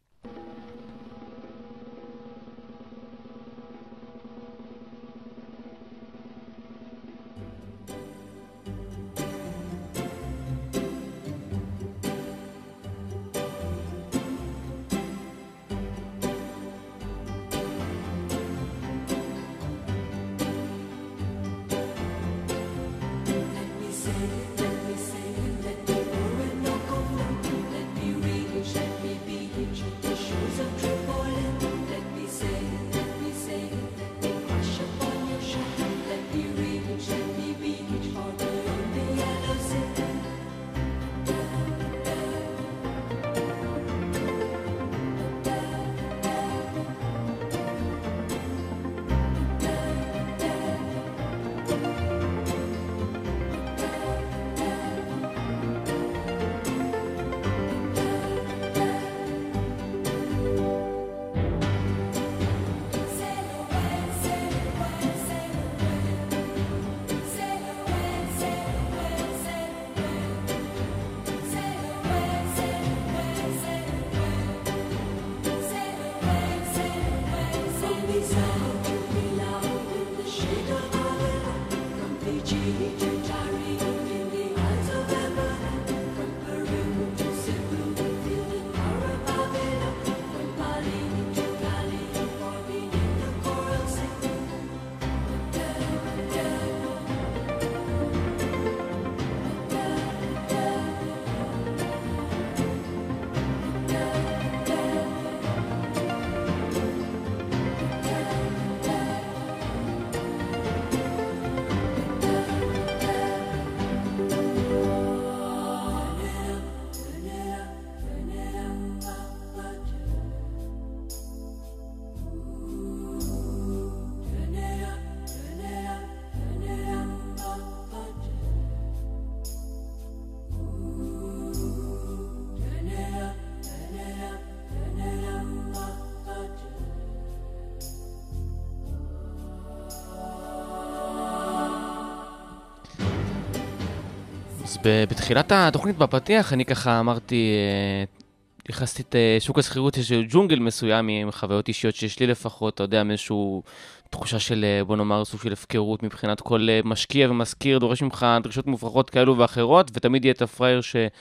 אז בתחילת התוכנית בפתיח אני ככה אמרתי, נכנסתי את שוק השכירות של ג'ונגל מסוים עם חוויות אישיות שיש לי לפחות, אתה יודע, מאיזשהו תחושה של, בוא נאמר, סוג של הפקרות מבחינת כל משקיע ומזכיר, דורש ממך דרישות מופרכות כאלו ואחרות, ותמיד יהיה את הפרייר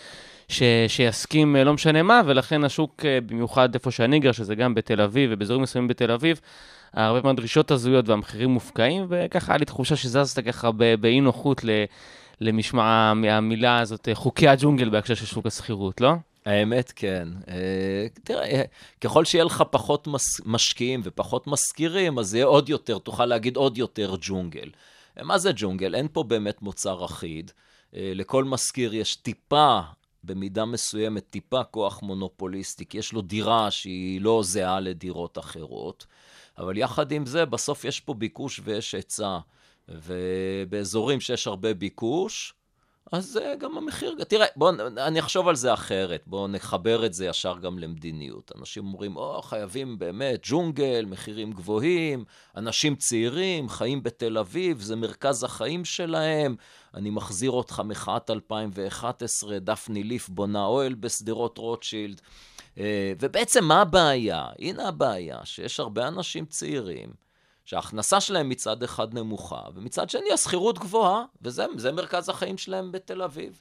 שיסכים לא משנה מה, ולכן השוק, במיוחד איפה שאני גר, שזה גם בתל אביב ובאזורים מסוימים בתל אביב, הרבה מהדרישות הזויות והמחירים מופקעים, וככה היה לי תחושה שזזת ככה באי נוחות למשמע המילה הזאת, חוקי הג'ונגל בהקשר של שוק השכירות, לא? האמת כן. תראה, ככל שיהיה לך פחות משקיעים ופחות מזכירים, אז יהיה עוד יותר, תוכל להגיד עוד יותר ג'ונגל. מה זה ג'ונגל? אין פה באמת מוצר אחיד. לכל מזכיר יש טיפה במידה מסוימת טיפה כוח מונופוליסטי, כי יש לו דירה שהיא לא זהה לדירות אחרות, אבל יחד עם זה, בסוף יש פה ביקוש ויש היצע, ובאזורים שיש הרבה ביקוש, אז גם המחיר, תראה, אני אחשוב על זה אחרת, בואו נחבר את זה ישר גם למדיניות. אנשים אומרים, חייבים באמת ג'ונגל, מחירים גבוהים, אנשים צעירים, חיים בתל אביב, זה מרכז החיים שלהם, אני מחזיר אותך מחאת 2011, דפני ליף בונה אוהל בסדרות רוטשילד, ובעצם מה הבעיה? הנה הבעיה, שיש הרבה אנשים צעירים, שההכנסה שלהם מצד אחד נמוכה, ומצד שני הסחירות גבוהה, וזה מרכז החיים שלהם בתל אביב.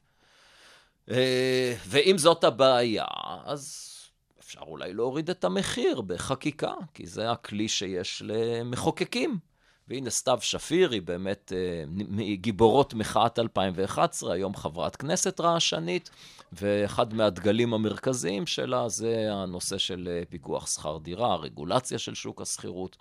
ואם זאת הבעיה, אז אפשר אולי להוריד את המחיר בחקיקה, כי זה הכלי שיש למחוקקים. והנה סתיו שפיר, היא באמת גיבורות מחאת 2011, היום חברת כנסת רעשנית, ואחד מהדגלים המרכזיים שלה זה הנושא של פיקוח שכר דירה, רגולציה של שוק הסחירות.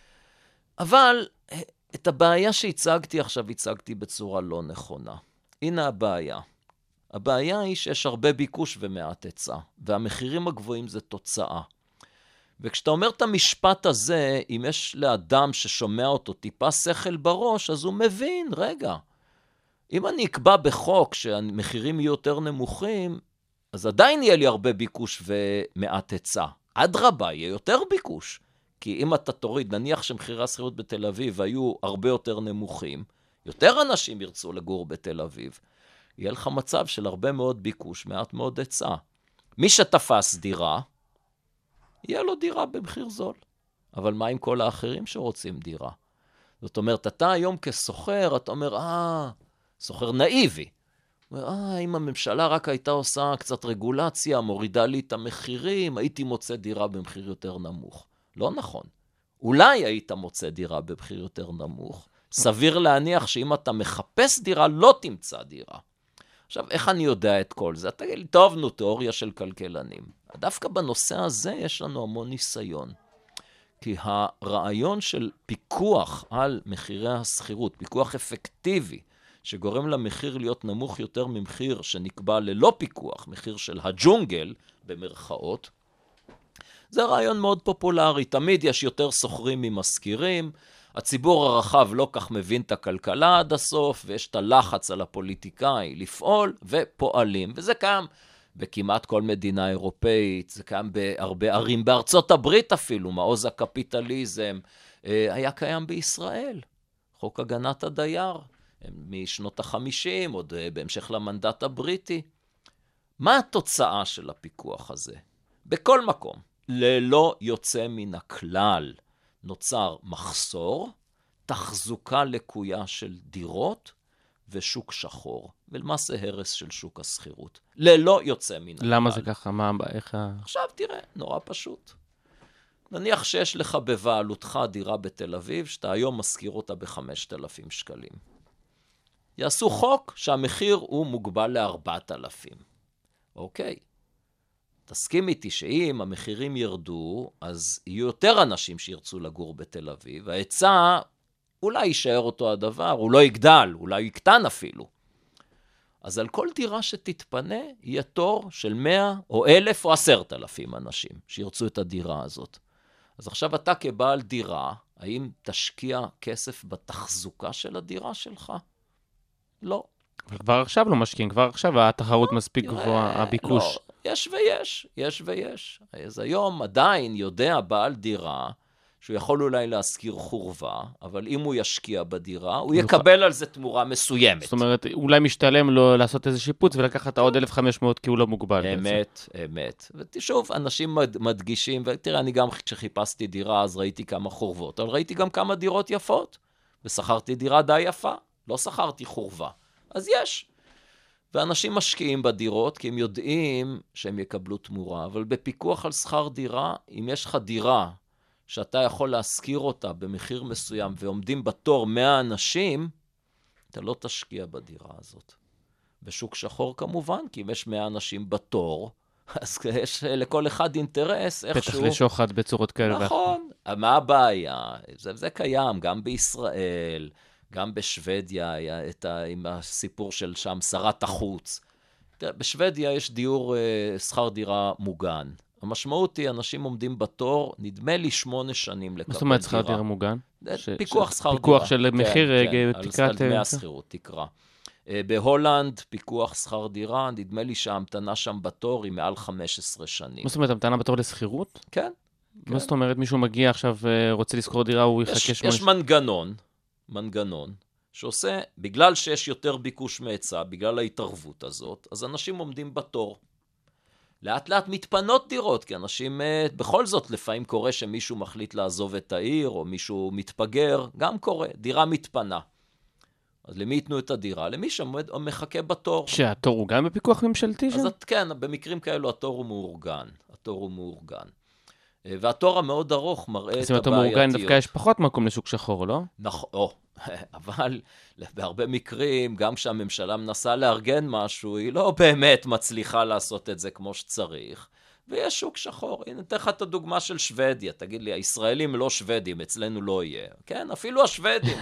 אבל את הבעיה שהצגתי עכשיו, הצגתי בצורה לא נכונה. הנה הבעיה. הבעיה היא שיש הרבה ביקוש ומעט היצע, והמחירים הגבוהים זה תוצאה. וכשאתה אומר את המשפט הזה, אם יש לאדם ששומע אותו טיפה שכל בראש, אז הוא מבין, רגע, אם אני אקבע בחוק שהמחירים יהיו יותר נמוכים, אז עדיין יהיה לי הרבה ביקוש ומעט היצע. אדרבה, יהיה יותר ביקוש. כי אם אתה תוריד, נניח שמחירי השכירות בתל אביב היו הרבה יותר נמוכים, יותר אנשים ירצו לגור בתל אביב, יהיה לך מצב של הרבה מאוד ביקוש, מעט מאוד היצע. מי שתפס דירה, יהיה לו דירה במחיר זול. אבל מה עם כל האחרים שרוצים דירה? זאת אומרת, אתה היום כסוחר, אתה אומר, סוחר נאיבי. אם הממשלה רק הייתה עושה קצת רגולציה, מורידה לי את המחירים, הייתי מוצא דירה במחיר יותר נמוך. לא נכון. אולי היית מוצא דירה במחיר יותר נמוך. סביר להניח שאם אתה מחפש דירה, לא תמצא דירה. עכשיו, איך אני יודע את כל זה? אתה תגיד לי, טוב, נו, תיאוריה של כלכלנים. דווקא בנושא הזה יש לנו המון ניסיון. כי הרעיון של פיקוח על מחירי השכירות, פיקוח אפקטיבי, שגורם למחיר להיות נמוך יותר ממחיר שנקבע ללא פיקוח, מחיר של הג'ונגל, במרכאות, זה רעיון מאוד פופולרי. תמיד יש יותר סוחרים ממזכירים, הציבור הרחב לא כך מבין את הכלכלה עד הסוף, ויש את הלחץ על הפוליטיקאי לפעול, ופועלים. וזה קיים בכמעט כל מדינה אירופאית, זה קיים בהרבה ערים, בארצות הברית אפילו, מעוז הקפיטליזם, היה קיים בישראל, חוק הגנת הדייר, משנות ה-50, עוד בהמשך למנדט הבריטי. מה התוצאה של הפיקוח הזה? בכל מקום, ללא יוצא מן הכלל, נוצר מחסור, תחזוקה לקויה של דירות ושוק שחור, ולמעשה הרס של שוק הסחירות. ללא יוצא מן הכלל. למה זה ככה? איך עכשיו תראה, נורא פשוט. נניח שיש לך בבעלותך דירה בתל אביב, שאתה היום משכיר אותה ב5,000 שקלים. יעשו חוק שהמחיר הוא מוגבל ל4,000. אוקיי. תסכים איתי שאם המחירים ירדו, אז יהיו יותר אנשים שירצו לגור בתל אביב, וההיצע אולי יישאר אותו הדבר, הוא לא יגדל, אולי יקטן אפילו. אז על כל דירה שתתפנה, יהיה תור של 100 או 1,000 או 10,000 אנשים שירצו את הדירה הזאת. אז עכשיו אתה כבעל דירה, האם תשקיע כסף בתחזוקה של הדירה שלך? לא. כבר עכשיו לא משקיעים, כבר עכשיו התחרות מספיק גבוהה, הביקוש. לא, יש ויש. אז היום עדיין יודע בעל דירה, שהוא יכול אולי להשכיר חורבה, אבל אם הוא ישקיע בדירה, הוא יקבל על זה תמורה מסוימת. זאת אומרת, אולי משתלם לו לעשות איזה שיפוץ, ולקחת עוד 1,500 כי הוא לא מוגבל. אמת. ושוב, אנשים מדגישים, ותראה, אני גם כשחיפשתי דירה, אז ראיתי כמה חורבות, אבל ראיתי גם כמה דירות יפות, ושכרתי דירה די יפה, לא שכרתי חורבה. אז יש. ואנשים משקיעים בדירות, כי הם יודעים שהם יקבלו תמורה, אבל בפיקוח על שכר דירה, אם יש לך דירה, שאתה יכול להשכיר אותה במחיר מסוים, ועומדים בתור 100 אנשים, אתה לא תשקיע בדירה הזאת. בשוק שחור כמובן, כי אם יש 100 אנשים בתור, אז יש לכל אחד אינטרס איכשהו. פתח לשוחד בצורות כאלה. נכון. מה הבעיה? זה קיים גם בישראל, גם בשוודיה, עם הסיפור של שם שרת החוץ. בשוודיה יש דיור, שכר דירה מוגן. המשמעות היא, אנשים עומדים בתור, נדמה לי 8 שנים לקבל דירה. זאת אומרת, שכר דירה מוגן? פיקוח שכר דירה. פיקוח של מחיר תקרת... על דמי השכירות, תקרה. בהולנד, פיקוח שכר דירה, נדמה לי שההמתנה שם בתור היא מעל 15 שנים. מה זאת אומרת, המתנה בתור לשכירות? כן. מה זאת אומרת, מישהו מגיע עכשיו, רוצה לשכור דירה, הוא יחכה 8... יש מנגנון, שעושה, בגלל שיש יותר ביקוש מהיצע, בגלל ההתערבות הזאת, אז אנשים עומדים בתור. לאט לאט מתפנות דירות, כי אנשים, בכל זאת, לפעמים קורה שמישהו מחליט לעזוב את העיר, או מישהו מתפגר, גם קורה, דירה מתפנה. אז למי ייתנו את הדירה? למי שעומד או מחכה בתור. שהתור הוא גם בפיקוח ממשלתי שם? אז כן, במקרים כאלו התור הוא מאורגן. והתור המאוד ארוך מראה את הבעייתיות. זאת אומרת, מאורגן דווקא יש פחות מקום לשוק שחור, לא? נכון, אבל בהרבה מקרים, גם כשהממשלה מנסה לארגן משהו, היא לא באמת מצליחה לעשות את זה כמו שצריך. ויש שוק שחור. הנה, נתן לך את הדוגמה של שוודיה. תגיד לי, הישראלים לא שוודים, אצלנו לא יהיה. כן, אפילו השוודים.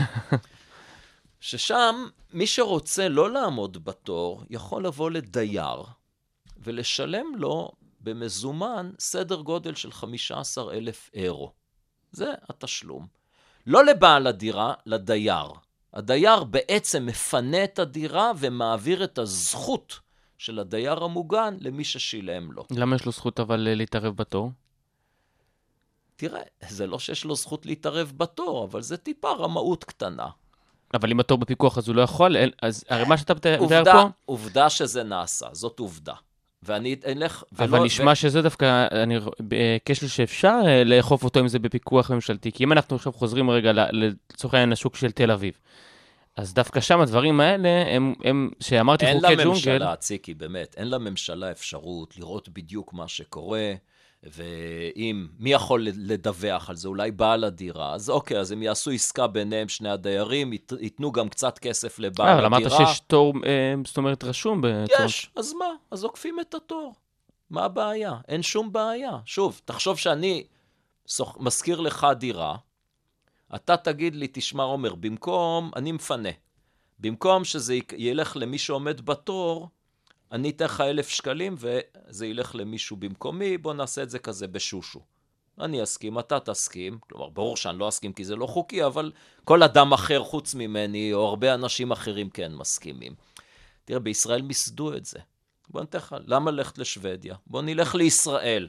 ששם, מי שרוצה לא לעמוד בתור, יכול לבוא לדייר, ולשלם לו במזומן סדר גודל של 15,000 אירו. זה התשלום. לא לבעל הדירה, לדייר. הדייר בעצם מפנה את הדירה ומעביר את הזכות של הדייר המוגן למי ששילם לו. למה יש לו זכות אבל להתערב בתור? תראה, זה לא שיש לו זכות להתערב בתור, אבל זה טיפה רמאות קטנה. אבל אם התור בפיקוח אז הוא לא יכול, אז הרי מה שאתה מתאר פה... עובדה שזה נעשה, זאת עובדה. ואני אלך... אבל נשמע שזה דווקא, כשל שאפשר לאכוף אותו אם זה בפיקוח ממשלתי, כי אם אנחנו עכשיו חוזרים רגע לצורך העניין לשוק של תל אביב, אז דווקא שם הדברים האלה, הם שאמרתי חוקי ג'ונגל... אין לממשלה, ציקי, באמת, אין לממשלה אפשרות לראות בדיוק מה שקורה, ואם, מי יכול לדווח על זה? אולי בעל הדירה, אז אוקיי, אז הם יעשו עסקה ביניהם שני הדיירים, ייתנו גם קצת כסף לבעל הדירה. אבל אמרת שיש תור, זאת אומרת, רשום יש, אז מה? אז עוקפים את התור. מה הבעיה? אין שום בעיה. שוב, תחשוב שאני מזכיר לך דירה, אתה תגיד לי, תשמע עומר, במקום, אני מפנה, במקום שזה ילך למי שעומד בתור, אני אתן לך 1,000 שקלים וזה ילך למישהו במקומי, בוא נעשה את זה כזה בשושו. אני אסכים, אתה תסכים, כלומר ברור שאני לא אסכים כי זה לא חוקי, אבל כל אדם אחר חוץ ממני או הרבה אנשים אחרים כן מסכימים. תראה, בישראל מסדו את זה. בוא נתן לך, למה ללכת לשוודיה? בוא נלך לישראל.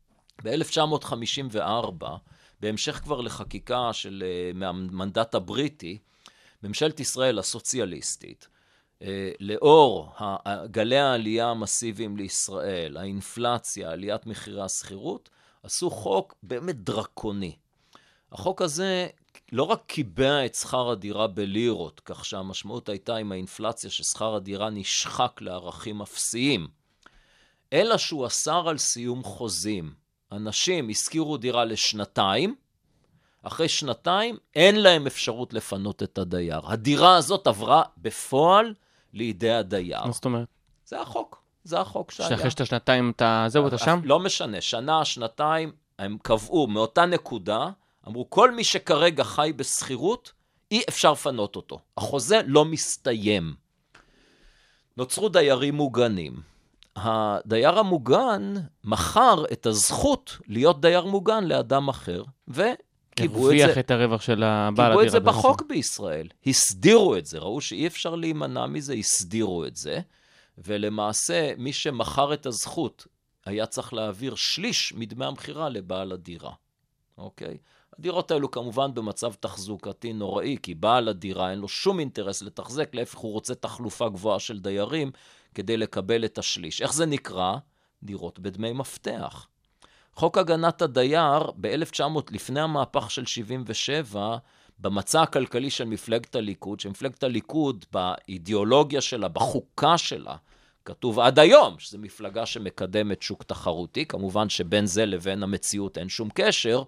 ב-1954, בהמשך כבר לחקיקה של מהמנדט הבריטי, ממשלת ישראל הסוציאליסטית, לאור גלי העלייה המסיביים לישראל, האינפלציה, עליית מחירי השכירות, עשו חוק באמת דרקוני. החוק הזה לא רק קיבע את שכר הדירה בלירות, כך שהמשמעות הייתה עם האינפלציה ששכר הדירה נשחק לערכים אפסיים, אלא שהוא אסר על סיום חוזים. אנשים הזכירו דירה לשנתיים, אחרי שנתיים אין להם אפשרות לפנות את הדייר. הדירה הזאת עברה בפועל לידי הדייר. מה זאת אומרת? זה החוק. זה החוק שהיה. שאחרי שאתה שנתיים זהו, אתה שם? לא משנה. שנה, שנתיים, הם קבעו מאותה נקודה, אמרו, כל מי שכרגע חי בסחירות, אי אפשר לפנות אותו. החוזה לא מסתיים. נוצרו דיירים מוגנים. הדייר המוגן מכר את הזכות להיות דייר מוגן לאדם אחר, הרוויח את הרווח של הבעל הדירה. קיבלו את זה בחוק בישראל. הסדירו את זה. ראו שאי אפשר להימנע מזה, הסדירו את זה. ולמעשה, מי שמכר את הזכות, היה צריך להעביר שליש מדמי המחירה לבעל הדירה. אוקיי? הדירות האלו כמובן במצב תחזוקתי נוראי, כי בעל הדירה אין לו שום אינטרס לתחזק, להפך הוא רוצה תחלופה גבוהה של דיירים, כדי לקבל את השליש. איך זה נקרא? דירות בדמי מפתח. חוק הגנת הדייר ב-1900, לפני המהפך של 77, במצע הכלכלי של מפלגת הליכוד, שמפלגת הליכוד באידיאולוגיה שלה, בחוקה שלה, כתוב עד היום, שזו מפלגה שמקדמת שוק תחרותי, כמובן שבין זה לבין המציאות אין שום קשר,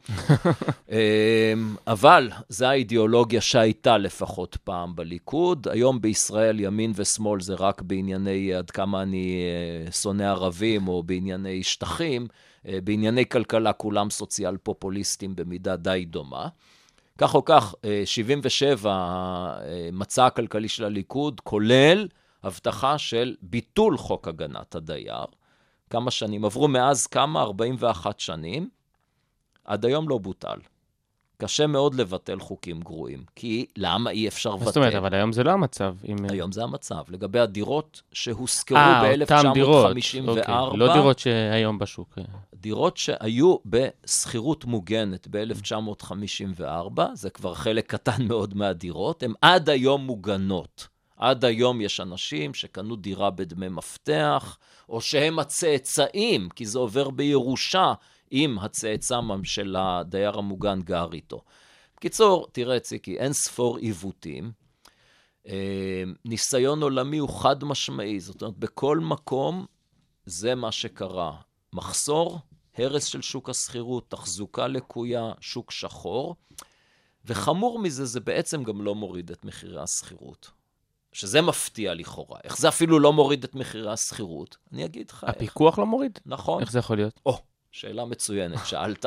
אבל זו האידיאולוגיה שהייתה לפחות פעם בליכוד. היום בישראל ימין ושמאל זה רק בענייני עד כמה אני שונא ערבים או בענייני שטחים, בענייני כלכלה כולם סוציאל פופוליסטים במידה די דומה. כך או כך, 77, המצע הכלכלי של הליכוד, כולל הבטחה של ביטול חוק הגנת הדייר. כמה שנים עברו מאז? 41 שנים. עד היום לא בוטל. קשה מאוד לבטל חוקים גרועים, כי למה אי אפשר לבטל? זאת אומרת, אבל היום זה לא המצב. היום זה המצב. לגבי הדירות שהוזכרו ב-1954, לא דירות שהיום בשוק. דירות שהיו בסחירות מוגנת ב-1954, זה כבר חלק קטן מאוד מהדירות, הן עד היום מוגנות. עד היום יש אנשים שקנו דירה בדמי מפתח, או שהם הצאצאים, כי זה עובר בירושה, עם הצאצא של הדייר המוגן גר איתו. בקיצור, תראה ציקי, אין ספור עיוותים. ניסיון עולמי הוא חד משמעי, זאת אומרת, בכל מקום זה מה שקרה. מחסור, הרס של שוק הסחירות, תחזוקה לקויה, שוק שחור, וחמור מזה, זה בעצם גם לא מוריד את מחירי הסחירות. שזה מפתיע לכאורה. איך זה אפילו לא מוריד את מחירי הסחירות? אני אגיד לך איך. הפיקוח לא מוריד? נכון. איך זה יכול להיות? שאלה מצוינת, שאלת.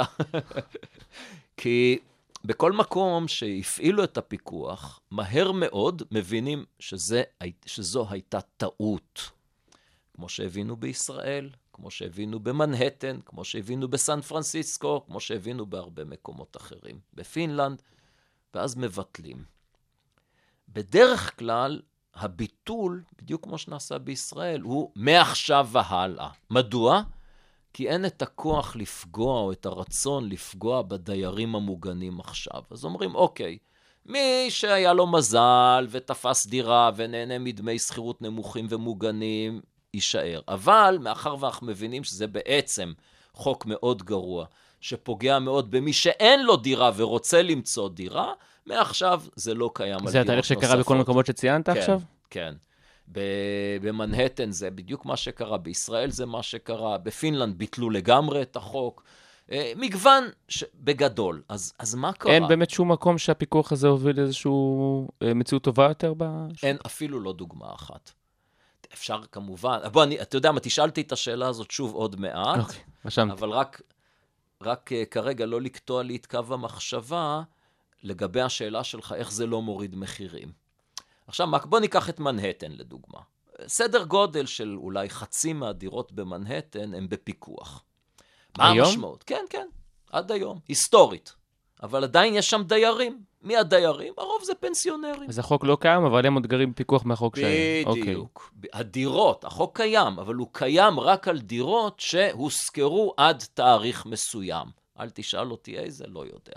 כי בכל מקום שהפעילו את הפיקוח, מהר מאוד מבינים שזו הייתה טעות. כמו שהבינו בישראל, כמו שהבינו במנהטן, כמו שהבינו בסן פרנסיסקו, כמו שהבינו בהרבה מקומות אחרים, בפינלנד, ואז מבטלים. בדרך כלל, הביטול, בדיוק כמו שנעשה בישראל, הוא מעכשיו והלאה. מדוע? כי אין את הכוח לפגוע, או את הרצון לפגוע בדיירים המוגנים עכשיו. אז אומרים, אוקיי, מי שהיה לו מזל ותפס דירה ונהנה מדמי שכירות נמוכים ומוגנים, יישאר. אבל מאחר ואנחנו מבינים שזה בעצם חוק מאוד גרוע, שפוגע מאוד במי שאין לו דירה ורוצה למצוא דירה, מעכשיו זה לא קיים על דירות נוספות. זה התהליך שקרה בכל מקומות שציינת עכשיו? כן. במנהטן זה בדיוק מה שקרה, בישראל זה מה שקרה, בפינלנד ביטלו לגמרי את החוק, מגוון בגדול. אז מה קרה? אין באמת שום מקום שהפיקוח הזה הוביל איזשהו מציאות טובה יותר? אין אפילו לא דוגמה אחת. אפשר כמובן, בוא, אתה יודע מה, תשאלתי את השאלה הזאת שוב עוד מעט, אבל רק כרגע לא לקטוע לי את קו המחשבה, לגבי השאלה שלך, איך זה לא מוריד מחירים. עכשיו, בוא ניקח את מנהטן לדוגמה. סדר גודל של אולי חצי מהדירות במנהטן הם בפיקוח. מה המשמעות? כן, כן, עד היום, היסטורית. אבל עדיין יש שם דיירים. מי הדיירים? הרוב זה פנסיונרים. אז החוק לא קיים, אבל הם עוד גרים בפיקוח מהחוק שהיה. בדיוק. הדירות, החוק קיים, אבל הוא קיים רק על דירות שהוזכרו עד תאריך מסוים. אל תשאל אותי איזה, לא יודע.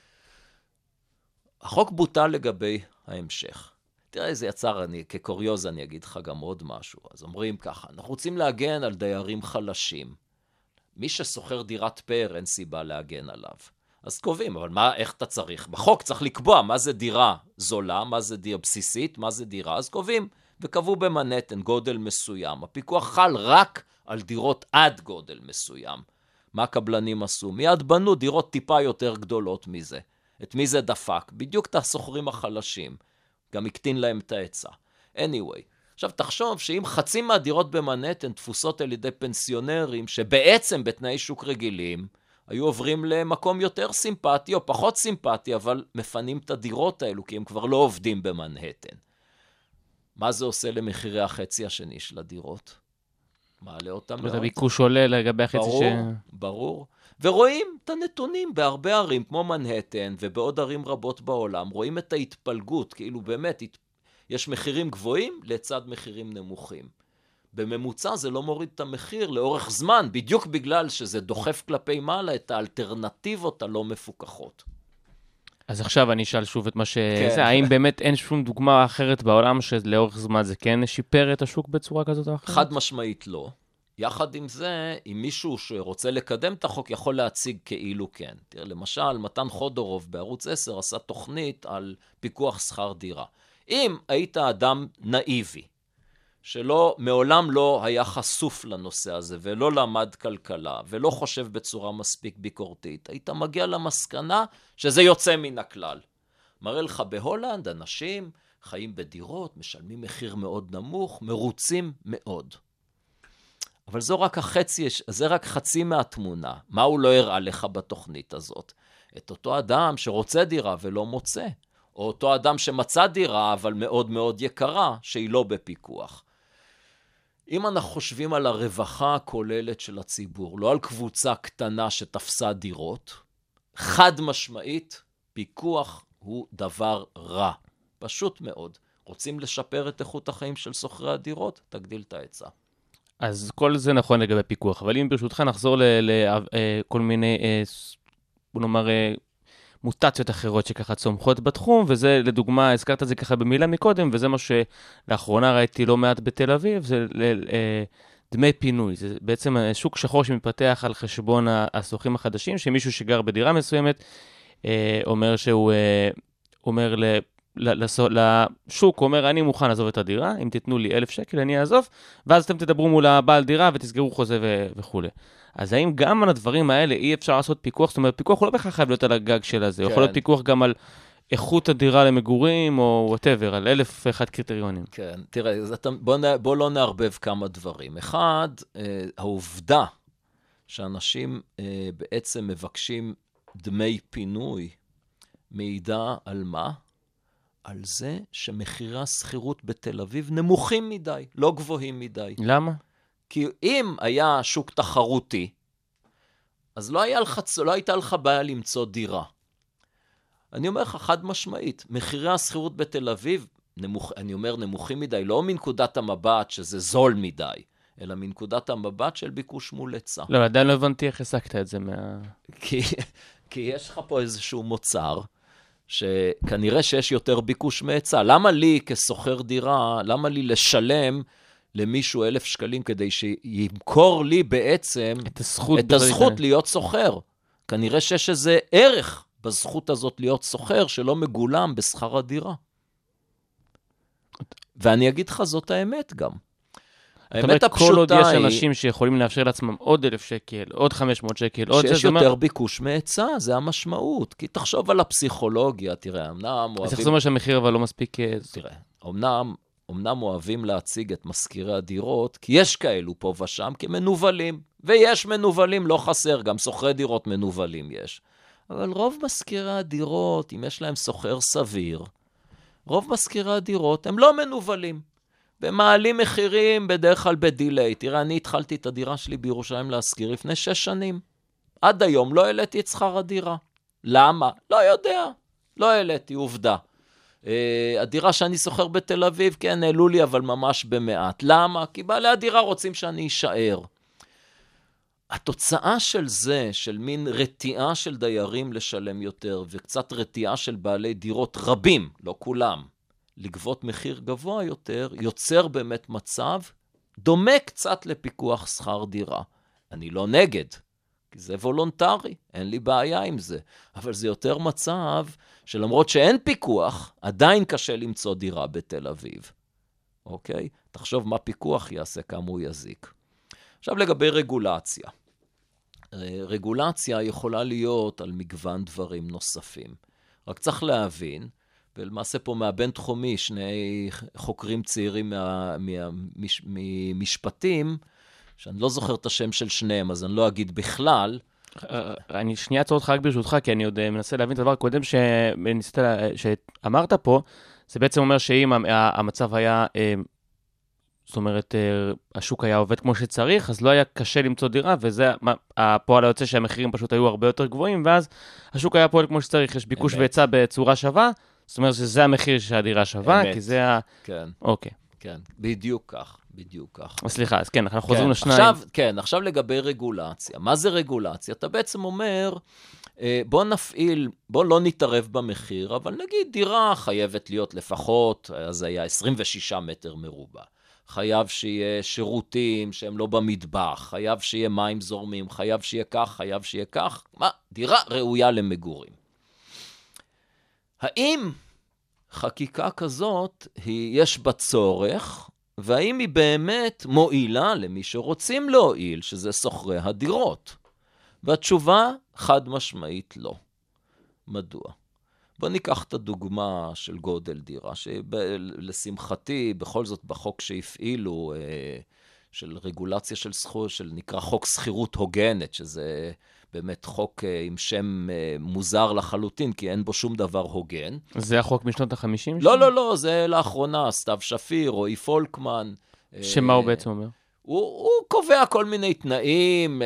החוק בוטל לגבי ההמשך. תראה איזה יצר, כקוריוז אני אגיד לך גם עוד משהו. אז אומרים ככה, אנחנו רוצים להגן על דיירים חלשים. מי שסוחר דירת פאר אין סיבה להגן עליו. אז קובעים, אבל איך אתה צריך? בחוק צריך לקבוע מה זה דירה זולה, מה זה דירה בסיסית, מה זה דירה, אז קובעים. וקבעו במנהטן גודל מסוים. הפיקוח חל רק על דירות עד גודל מסוים. מה הקבלנים עשו? מיד בנו דירות טיפה יותר גדולות מזה. את מי זה דפק? בדיוק את הסוחרים החלשים. גם הקטין להם את ההיצע. anyway, עכשיו תחשוב שאם חצי מהדירות במנהטן תפוסות על ידי פנסיונרים, שבעצם בתנאי שוק רגילים, היו עוברים למקום יותר סימפטי או פחות סימפטי, אבל מפנים את הדירות האלו, כי הם כבר לא עובדים במנהטן. מה זה עושה למחירי החצי השני של הדירות? מעלה אותם מאוד. הביקוש עולה לגבי החצי ברור. ורואים את הנתונים בהרבה ערים, כמו מנהטן, ובעוד ערים רבות בעולם, רואים את ההתפלגות, כאילו באמת יש מחירים גבוהים לצד מחירים נמוכים. בממוצע זה לא מוריד את המחיר לאורך זמן, בדיוק בגלל שזה דוחף כלפי מעלה את האלטרנטיבות הלא מפוקחות. אז עכשיו אני אשאל שוב את מה שזה, האם באמת אין שום דוגמה אחרת בעולם שלאורך זמן זה כן שיפר את השוק בצורה כזאת או אחרת? חד משמעית לא. יחד עם זה, אם מישהו שרוצה לקדם את החוק יכול להציג כאילו כן. תראה, למשל, מתן חודורוב בערוץ 10 עשה תוכנית על פיקוח שכר דירה. אם היית אדם נאיבי, שלא, מעולם לא היה חשוף לנושא הזה, ולא למד כלכלה, ולא חושב בצורה מספיק ביקורתית, היית מגיע למסקנה שזה יוצא מן הכלל. מראה לך בהולנד, אנשים חיים בדירות, משלמים מחיר מאוד נמוך, מרוצים מאוד. אבל זה רק חצי מהתמונה. מה הוא לא הראה לך בתוכנית הזאת? את אותו אדם שרוצה דירה ולא מוצא, או אותו אדם שמצא דירה, אבל מאוד מאוד יקרה, שהיא לא בפיקוח. אם אנחנו חושבים על הרווחה הכוללת של הציבור, לא על קבוצה קטנה שתפסה דירות, חד משמעית, פיקוח הוא דבר רע. פשוט מאוד. רוצים לשפר את איכות החיים של שוכרי הדירות? תגדיל את ההיצע. אז כל זה נכון לגבי פיקוח, אבל אם ברשותך נחזור לכל מיני, בוא נאמר, מוטציות אחרות שככה צומחות בתחום, וזה לדוגמה, הזכרת את זה ככה במילה מקודם, וזה מה שלאחרונה ראיתי לא מעט בתל אביב, זה דמי פינוי. זה בעצם שוק שחור שמתפתח על חשבון השוכרים החדשים, שמישהו שגר בדירה מסוימת, אומר שהוא, אומר לשוק, הוא אומר, אני מוכן לעזוב את הדירה, אם תיתנו לי 1,000 שקל, אני אעזוב, ואז אתם תדברו מול הבעל דירה ותסגרו חוזה וכו'. אז האם גם על הדברים האלה אי אפשר לעשות פיקוח? זאת אומרת, פיקוח הוא לא בכלל חייב להיות על הגג של הזה, הוא יכול להיות פיקוח גם על איכות הדירה למגורים, או whatever, על 1,001 קריטריונים. כן, תראה, בוא לא נערבב כמה דברים. אחד, העובדה שאנשים בעצם מבקשים דמי פינוי, מעידה על מה? על זה שמחירי השכירות בתל אביב נמוכים מדי, לא גבוהים מדי. למה? כי אם היה שוק תחרותי, אז לא הייתה לך בעיה למצוא דירה. אני אומר לך חד משמעית, מחירי השכירות בתל אביב, אני אומר נמוכים מדי, לא מנקודת המבט שזה זול מדי, אלא מנקודת המבט של ביקוש מול היצע. לא, עדיין לא הבנתי איך הסקת את זה כי יש לך פה איזשהו מוצר, שכנראה שיש יותר ביקוש מהיצע. למה לי כסוחר דירה, למה לי לשלם למישהו 1,000 שקלים כדי שימכור לי בעצם את הזכות להיות סוחר? כנראה שיש איזה ערך בזכות הזאת להיות סוחר שלא מגולם בשכר הדירה. ואני אגיד לך, זאת האמת גם. האמת הפשוטה היא... כל עוד יש אנשים שיכולים לאפשר לעצמם עוד 1,000 שקל, עוד 500 שקל, עוד שיש יותר ביקוש מהיצע, זה המשמעות. כי תחשוב על הפסיכולוגיה, תראה, אמנם אוהבים... אז איך זאת אומרת שהמחיר אבל לא מספיק... תראה, אמנם אוהבים להציג את משכירי הדירות, כי יש כאלו פה ושם כמנובלים, ויש מנובלים, לא חסר, גם סוחרי דירות מנובלים יש. אבל רוב משכירי הדירות, אם יש להם סוחר סביר, רוב משכירי הדירות הם לא מנובלים. ומעלים מחירים בדרך כלל בדילי. תראה, אני התחלתי את הדירה שלי בירושלים להשכיר לפני 6 שנים. עד היום לא העליתי את שכר הדירה. למה? לא יודע. לא העליתי, עובדה. הדירה שאני סוחר בתל אביב, כן, העלו לי, אבל ממש במעט. למה? כי בעלי הדירה רוצים שאני אשאר. התוצאה של זה, של מין רתיעה של דיירים לשלם יותר, וקצת רתיעה של בעלי דירות רבים, לא כולם, לגבות מחיר גבוה יותר, יוצר באמת מצב דומה קצת לפיקוח שכר דירה. אני לא נגד, כי זה וולונטרי, אין לי בעיה עם זה. אבל זה יותר מצב שלמרות שאין פיקוח, עדיין קשה למצוא דירה בתל אביב. אוקיי? תחשוב מה פיקוח יעשה, כמה הוא יזיק. עכשיו לגבי רגולציה. רגולציה יכולה להיות על מגוון דברים נוספים. רק צריך להבין, ולמעשה פה מהבין תחומי, 2 חוקרים צעירים ממשפטים, שאני לא זוכר את השם של שניהם, אז אני לא אגיד בכלל. אני שנייה אעצור אותך רק ברשותך, כי אני עוד מנסה להבין את הדבר הקודם שאמרת פה, זה בעצם אומר שאם המצב היה, זאת אומרת, השוק היה עובד כמו שצריך, אז לא היה קשה למצוא דירה, וזה הפועל היוצא שהמחירים פשוט היו הרבה יותר גבוהים, ואז השוק היה פועל כמו שצריך, יש ביקוש והיצע בצורה שווה, זאת אומרת שזה המחיר שהדירה שווה, כי זה כן. אוקיי. כן, בדיוק כך, בדיוק כך. סליחה, אז כן, אנחנו חוזרים לשניים. עכשיו לגבי רגולציה. מה זה רגולציה? אתה בעצם אומר, בוא לא נתערב במחיר, אבל נגיד דירה חייבת להיות לפחות, אז היה 26 מטר מרובע. חייב שיהיה שירותים שהם לא במטבח, חייב שיהיה מים זורמים, חייב שיהיה כך, חייב שיהיה כך. מה? דירה ראויה למגורים. האם חקיקה כזאת יש בה צורך, והאם היא באמת מועילה למי שרוצים להועיל, שזה שוכרי הדירות? והתשובה חד משמעית לא. מדוע? בוא ניקח את הדוגמה של גודל דירה, שלשמחתי, בכל זאת בחוק שהפעילו, של רגולציה של זכות, של נקרא חוק שכירות הוגנת, שזה באמת חוק עם שם מוזר לחלוטין, כי אין בו שום דבר הוגן. זה החוק משנות ה-50? לא, זה לאחרונה, סתיו שפיר, רועי פולקמן. שמה הוא בעצם אומר? הוא קובע כל מיני תנאים,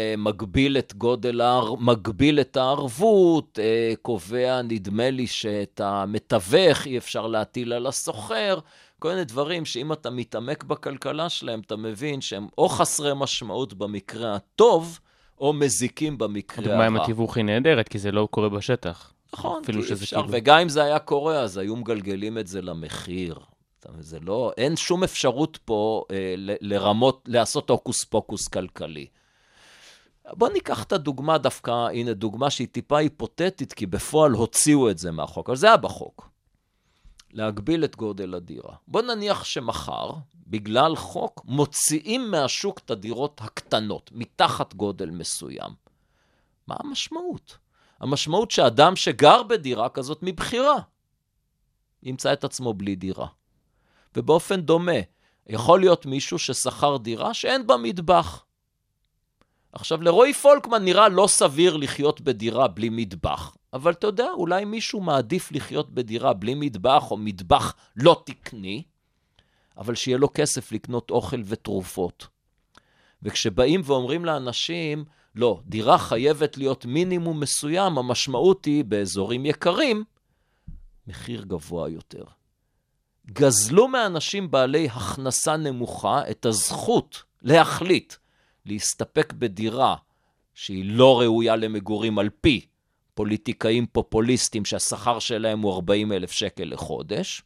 מגביל את הערבות, קובע, נדמה לי שאת המתווך אי אפשר להטיל על הסוחר, כל מיני דברים שאם אתה מתעמק בכלכלה שלהם, אתה מבין שהם או חסרי משמעות במקרה הטוב, או מזיקים במקרה הרע. הדוגמה עם התיווך היא נהדרת, כי זה לא קורה בשטח. נכון, כי אפשר, וגם אם זה היה קורה, אז היו מגלגלים את זה למחיר. זה לא, אין שום אפשרות פה לעשות הוקוס פוקוס כלכלי. בוא ניקח את הדוגמה דווקא, הנה דוגמה שהיא טיפה היפותטית, כי בפועל הוציאו את זה מהחוק, אבל זה היה בחוק. להגביל את גודל הדירה. בוא נניח שמחר, בגלל חוק, מוציאים מהשוק את הדירות הקטנות, מתחת גודל מסוים. מה המשמעות? המשמעות שאדם שגר בדירה כזאת מבחירה, ימצא את עצמו בלי דירה. ובאופן דומה, יכול להיות מישהו ששכר דירה שאין בה מטבח. עכשיו, לרועי פולקמן נראה לא סביר לחיות בדירה בלי מטבח, אבל אתה יודע, אולי מישהו מעדיף לחיות בדירה בלי מטבח, או מטבח לא תקני, אבל שיהיה לו כסף לקנות אוכל ותרופות. וכשבאים ואומרים לאנשים, לא, דירה חייבת להיות מינימום מסוים, המשמעות היא באזורים יקרים, מחיר גבוה יותר. גזלו מאנשים בעלי הכנסה נמוכה את הזכות להחליט, להסתפק בדירה שהיא לא ראויה למגורים על פי פוליטיקאים פופוליסטים שהשכר שלהם הוא 40,000 שקל לחודש,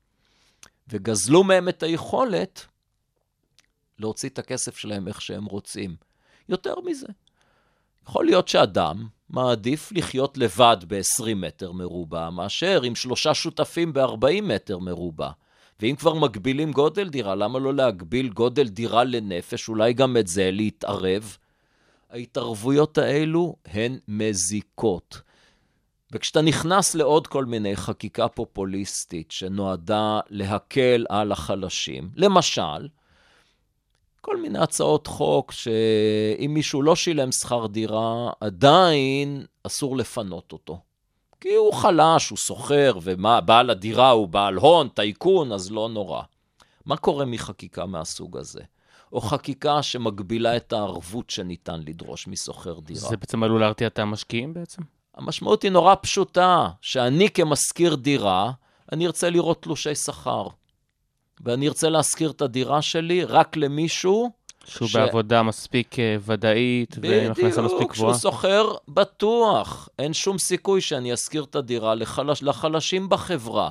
וגזלו מהם את היכולת להוציא את הכסף שלהם איך שהם רוצים. יותר מזה, יכול להיות שאדם מעדיף לחיות לבד ב-20 מטר מרובע, מאשר עם 3 שותפים ב-40 מטר מרובע. ואם כבר מגבילים גודל דירה, למה לא להגביל גודל דירה לנפש? אולי גם את זה להתערב. ההתערבויות האלו הן מזיקות. וכשאתה נכנס לעוד כל מיני חקיקה פופוליסטית שנועדה להקל על החלשים, למשל, כל מיני הצעות חוק שאם מישהו לא שילם שכר דירה, עדיין אסור לפנות אותו. כי הוא חלש, הוא סוחר, ובעל הדירה הוא בעל הון, טייקון, אז לא נורא. מה קורה מחקיקה מהסוג הזה? או חקיקה שמגבילה את הערבות שניתן לדרוש מסוחר דירה. זה בעצם עלול להרתיע את המשקיעים בעצם? המשמעות היא נורא פשוטה, שאני כמשכיר דירה, אני ארצה לראות תלושי שכר. ואני ארצה להשכיר את הדירה שלי רק למישהו שהוא בעבודה מספיק ודאית ומכנסה מספיק גבוהה. שהוא סוחר בטוח. אין שום סיכוי שאני אשכיר את הדירה לחלשים בחברה.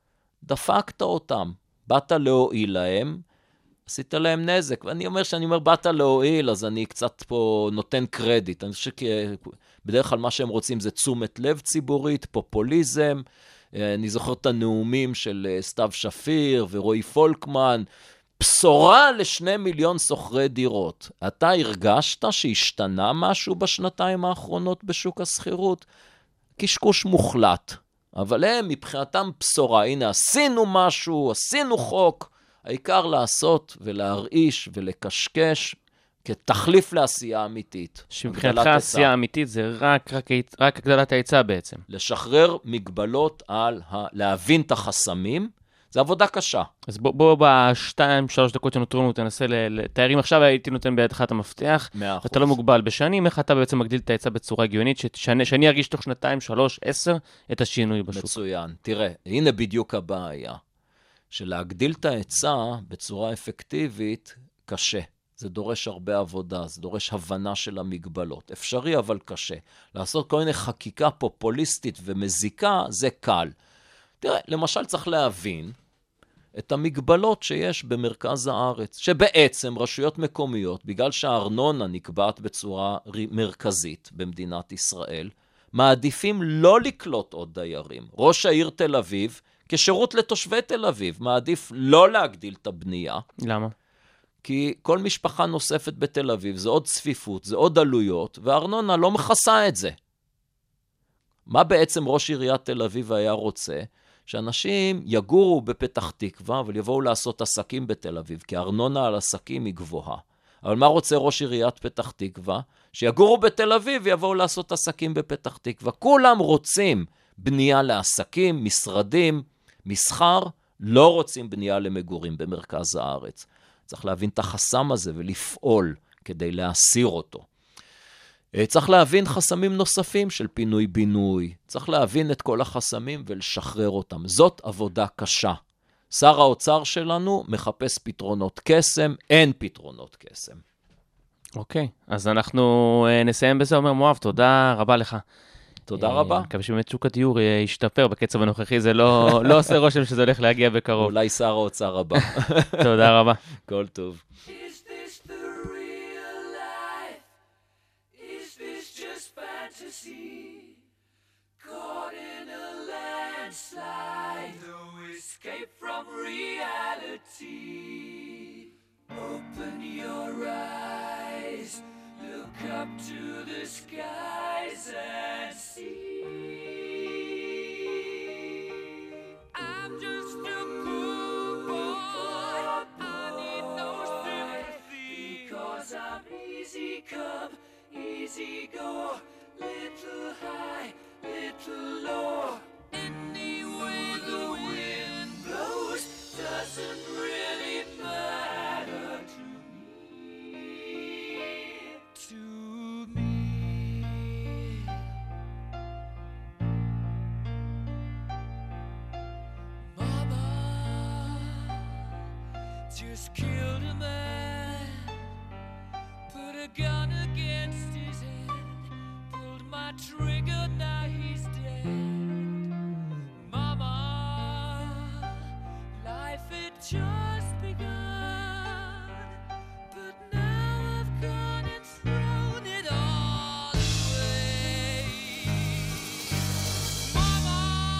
דפקת אותם. באת להועיל להם, עשית להם נזק. ואני אומר באת להועיל, אז אני קצת פה נותן קרדיט. אני חושב שבדרך כלל מה שהם רוצים זה תשומת לב ציבורית, פופוליזם. אני זוכר את הנאומים של סתיו שפיר ורועי פולקמן, בשורה ל2 מיליון סוחרי דירות. אתה הרגשת שהשתנה משהו בשנתיים האחרונות בשוק השכירות? קשקוש מוחלט. אבל הם מבחינתם בשורה. הנה, עשינו משהו, עשינו חוק. העיקר לעשות ולהרעיש ולקשקש כתחליף לעשייה אמיתית. שמבחינתך עשייה אמיתית זה רק הגדלת ההיצע בעצם. לשחרר מגבלות על להבין את החסמים. זה עבודה קשה. אז בוא ב2-3 דקות שנותרו, תנסה לתאר. אם עכשיו הייתי נותן בידך את המפתח, ואתה לא מוגבל בשנים, איך אתה בעצם מגדיל את ההיצע בצורה הגיונית, שאני ארגיש תוך 2, 3, 10 את השינוי בשוק. מצוין. תראה, הנה בדיוק הבעיה. שלהגדיל את ההיצע בצורה אפקטיבית קשה. זה דורש הרבה עבודה, זה דורש הבנה של המגבלות. אפשרי אבל קשה. לעשות כל מיני חקיקה פופוליסטית ומזיקה, זה קל. תראה, למשל צריך להבין את המגבלות שיש במרכז הארץ, שבעצם רשויות מקומיות, בגלל שהארנונה נקבעת בצורה מרכזית במדינת ישראל, מעדיפים לא לקלוט עוד דיירים. ראש העיר תל אביב, כשירות לתושבי תל אביב, מעדיף לא להגדיל את הבנייה. למה? כי כל משפחה נוספת בתל אביב, זה עוד צפיפות, זה עוד עלויות, והארנונה לא מכסה את זה. מה בעצם ראש עיריית תל אביב היה רוצה? שאנשים יגורו בפתח תקווה, אבל יבואו לעשות עסקים בתל אביב, כי הארנונה על עסקים היא גבוהה. אבל מה רוצה ראש עיריית פתח תקווה? שיגורו בתל אביב ויבואו לעשות עסקים בפתח תקווה. כולם רוצים בנייה לעסקים, משרדים, מסחר, לא רוצים בנייה למגורים במרכז הארץ. צריך להבין את החסם הזה ולפעול כדי להסיר אותו. צריך להבין חסמים נוספים של פינוי-בינוי. צריך להבין את כל החסמים ולשחרר אותם. זאת עבודה קשה. שר האוצר שלנו מחפש פתרונות קסם, אין פתרונות קסם. אוקיי, אז אנחנו נסיים בזה, אומר מואב, תודה רבה לך. תודה רבה. מקווה שבאמת שוק הדיור ישתפר בקצב הנוכחי, זה לא עושה רושם שזה הולך להגיע בקרוב. אולי שר האוצר הבא. תודה רבה. כל טוב. Caught in a landslide, no escape from reality. Open your eyes, look up to the skies and see. I'm just a poor boy, I need no sympathy, because I'm easy come, easy go, little high, little low. Any way the wind blows doesn't really matter to me. Mama just killed a man, put a gun against his head, pulled my trigger, now he's dead. Mama, life had just begun, but now I've gone and thrown it all away. Mama,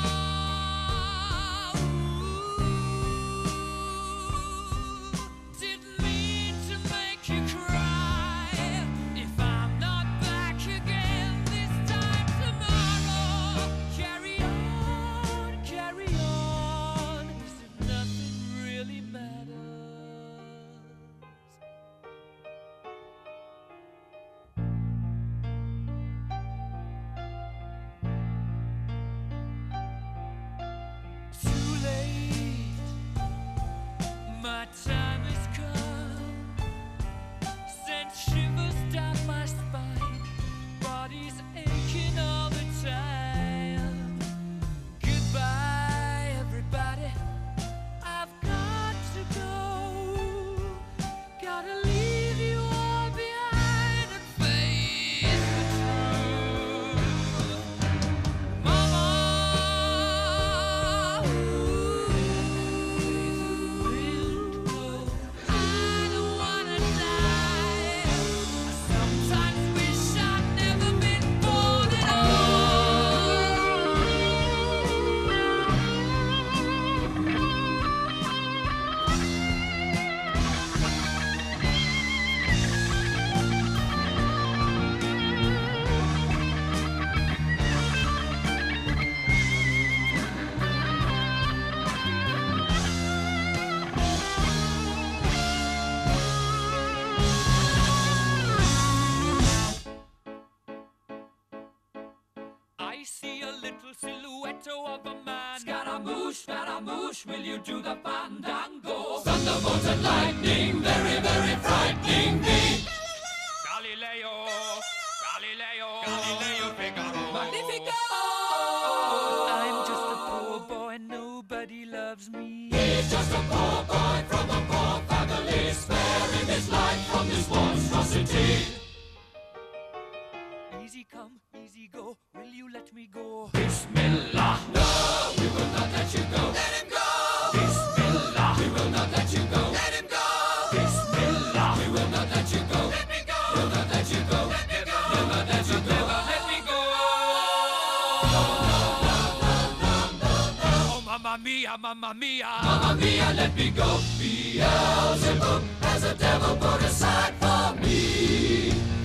didn't mean to make you cry. If I'm not back again this time tomorrow, carry on, carry on, as if nothing really matters. Too late, my time has come, sent shivers down my spine, body's aching all the time. Goodbye, everybody, I've got to go, gotta leave you all behind and face the truth. Mama, I don't wanna die. I sometimes wish I'd never been born at I see a little silhouette of a man. Scaramouche, will you do the fandango? Thunderbolts and lightning, very, very frightening me. Galileo, Figaro. Magnifico! I'm just a poor boy, nobody loves me. He's just a poor boy from a poor family, sparing his life from this monstrosity. Easy come, easy go, will you let me go? Bismillah, no, we will not let you go. Let him go! Bismillah, we will not let you go. Let him go! Bismillah, we will not let you go. Let me go! We'll not let you go. Let me go! Never let you go. Never let me go! Oh, mamma mia, mamma mia. Mamma mia, let me go. Beelzebub has a devil put aside for me.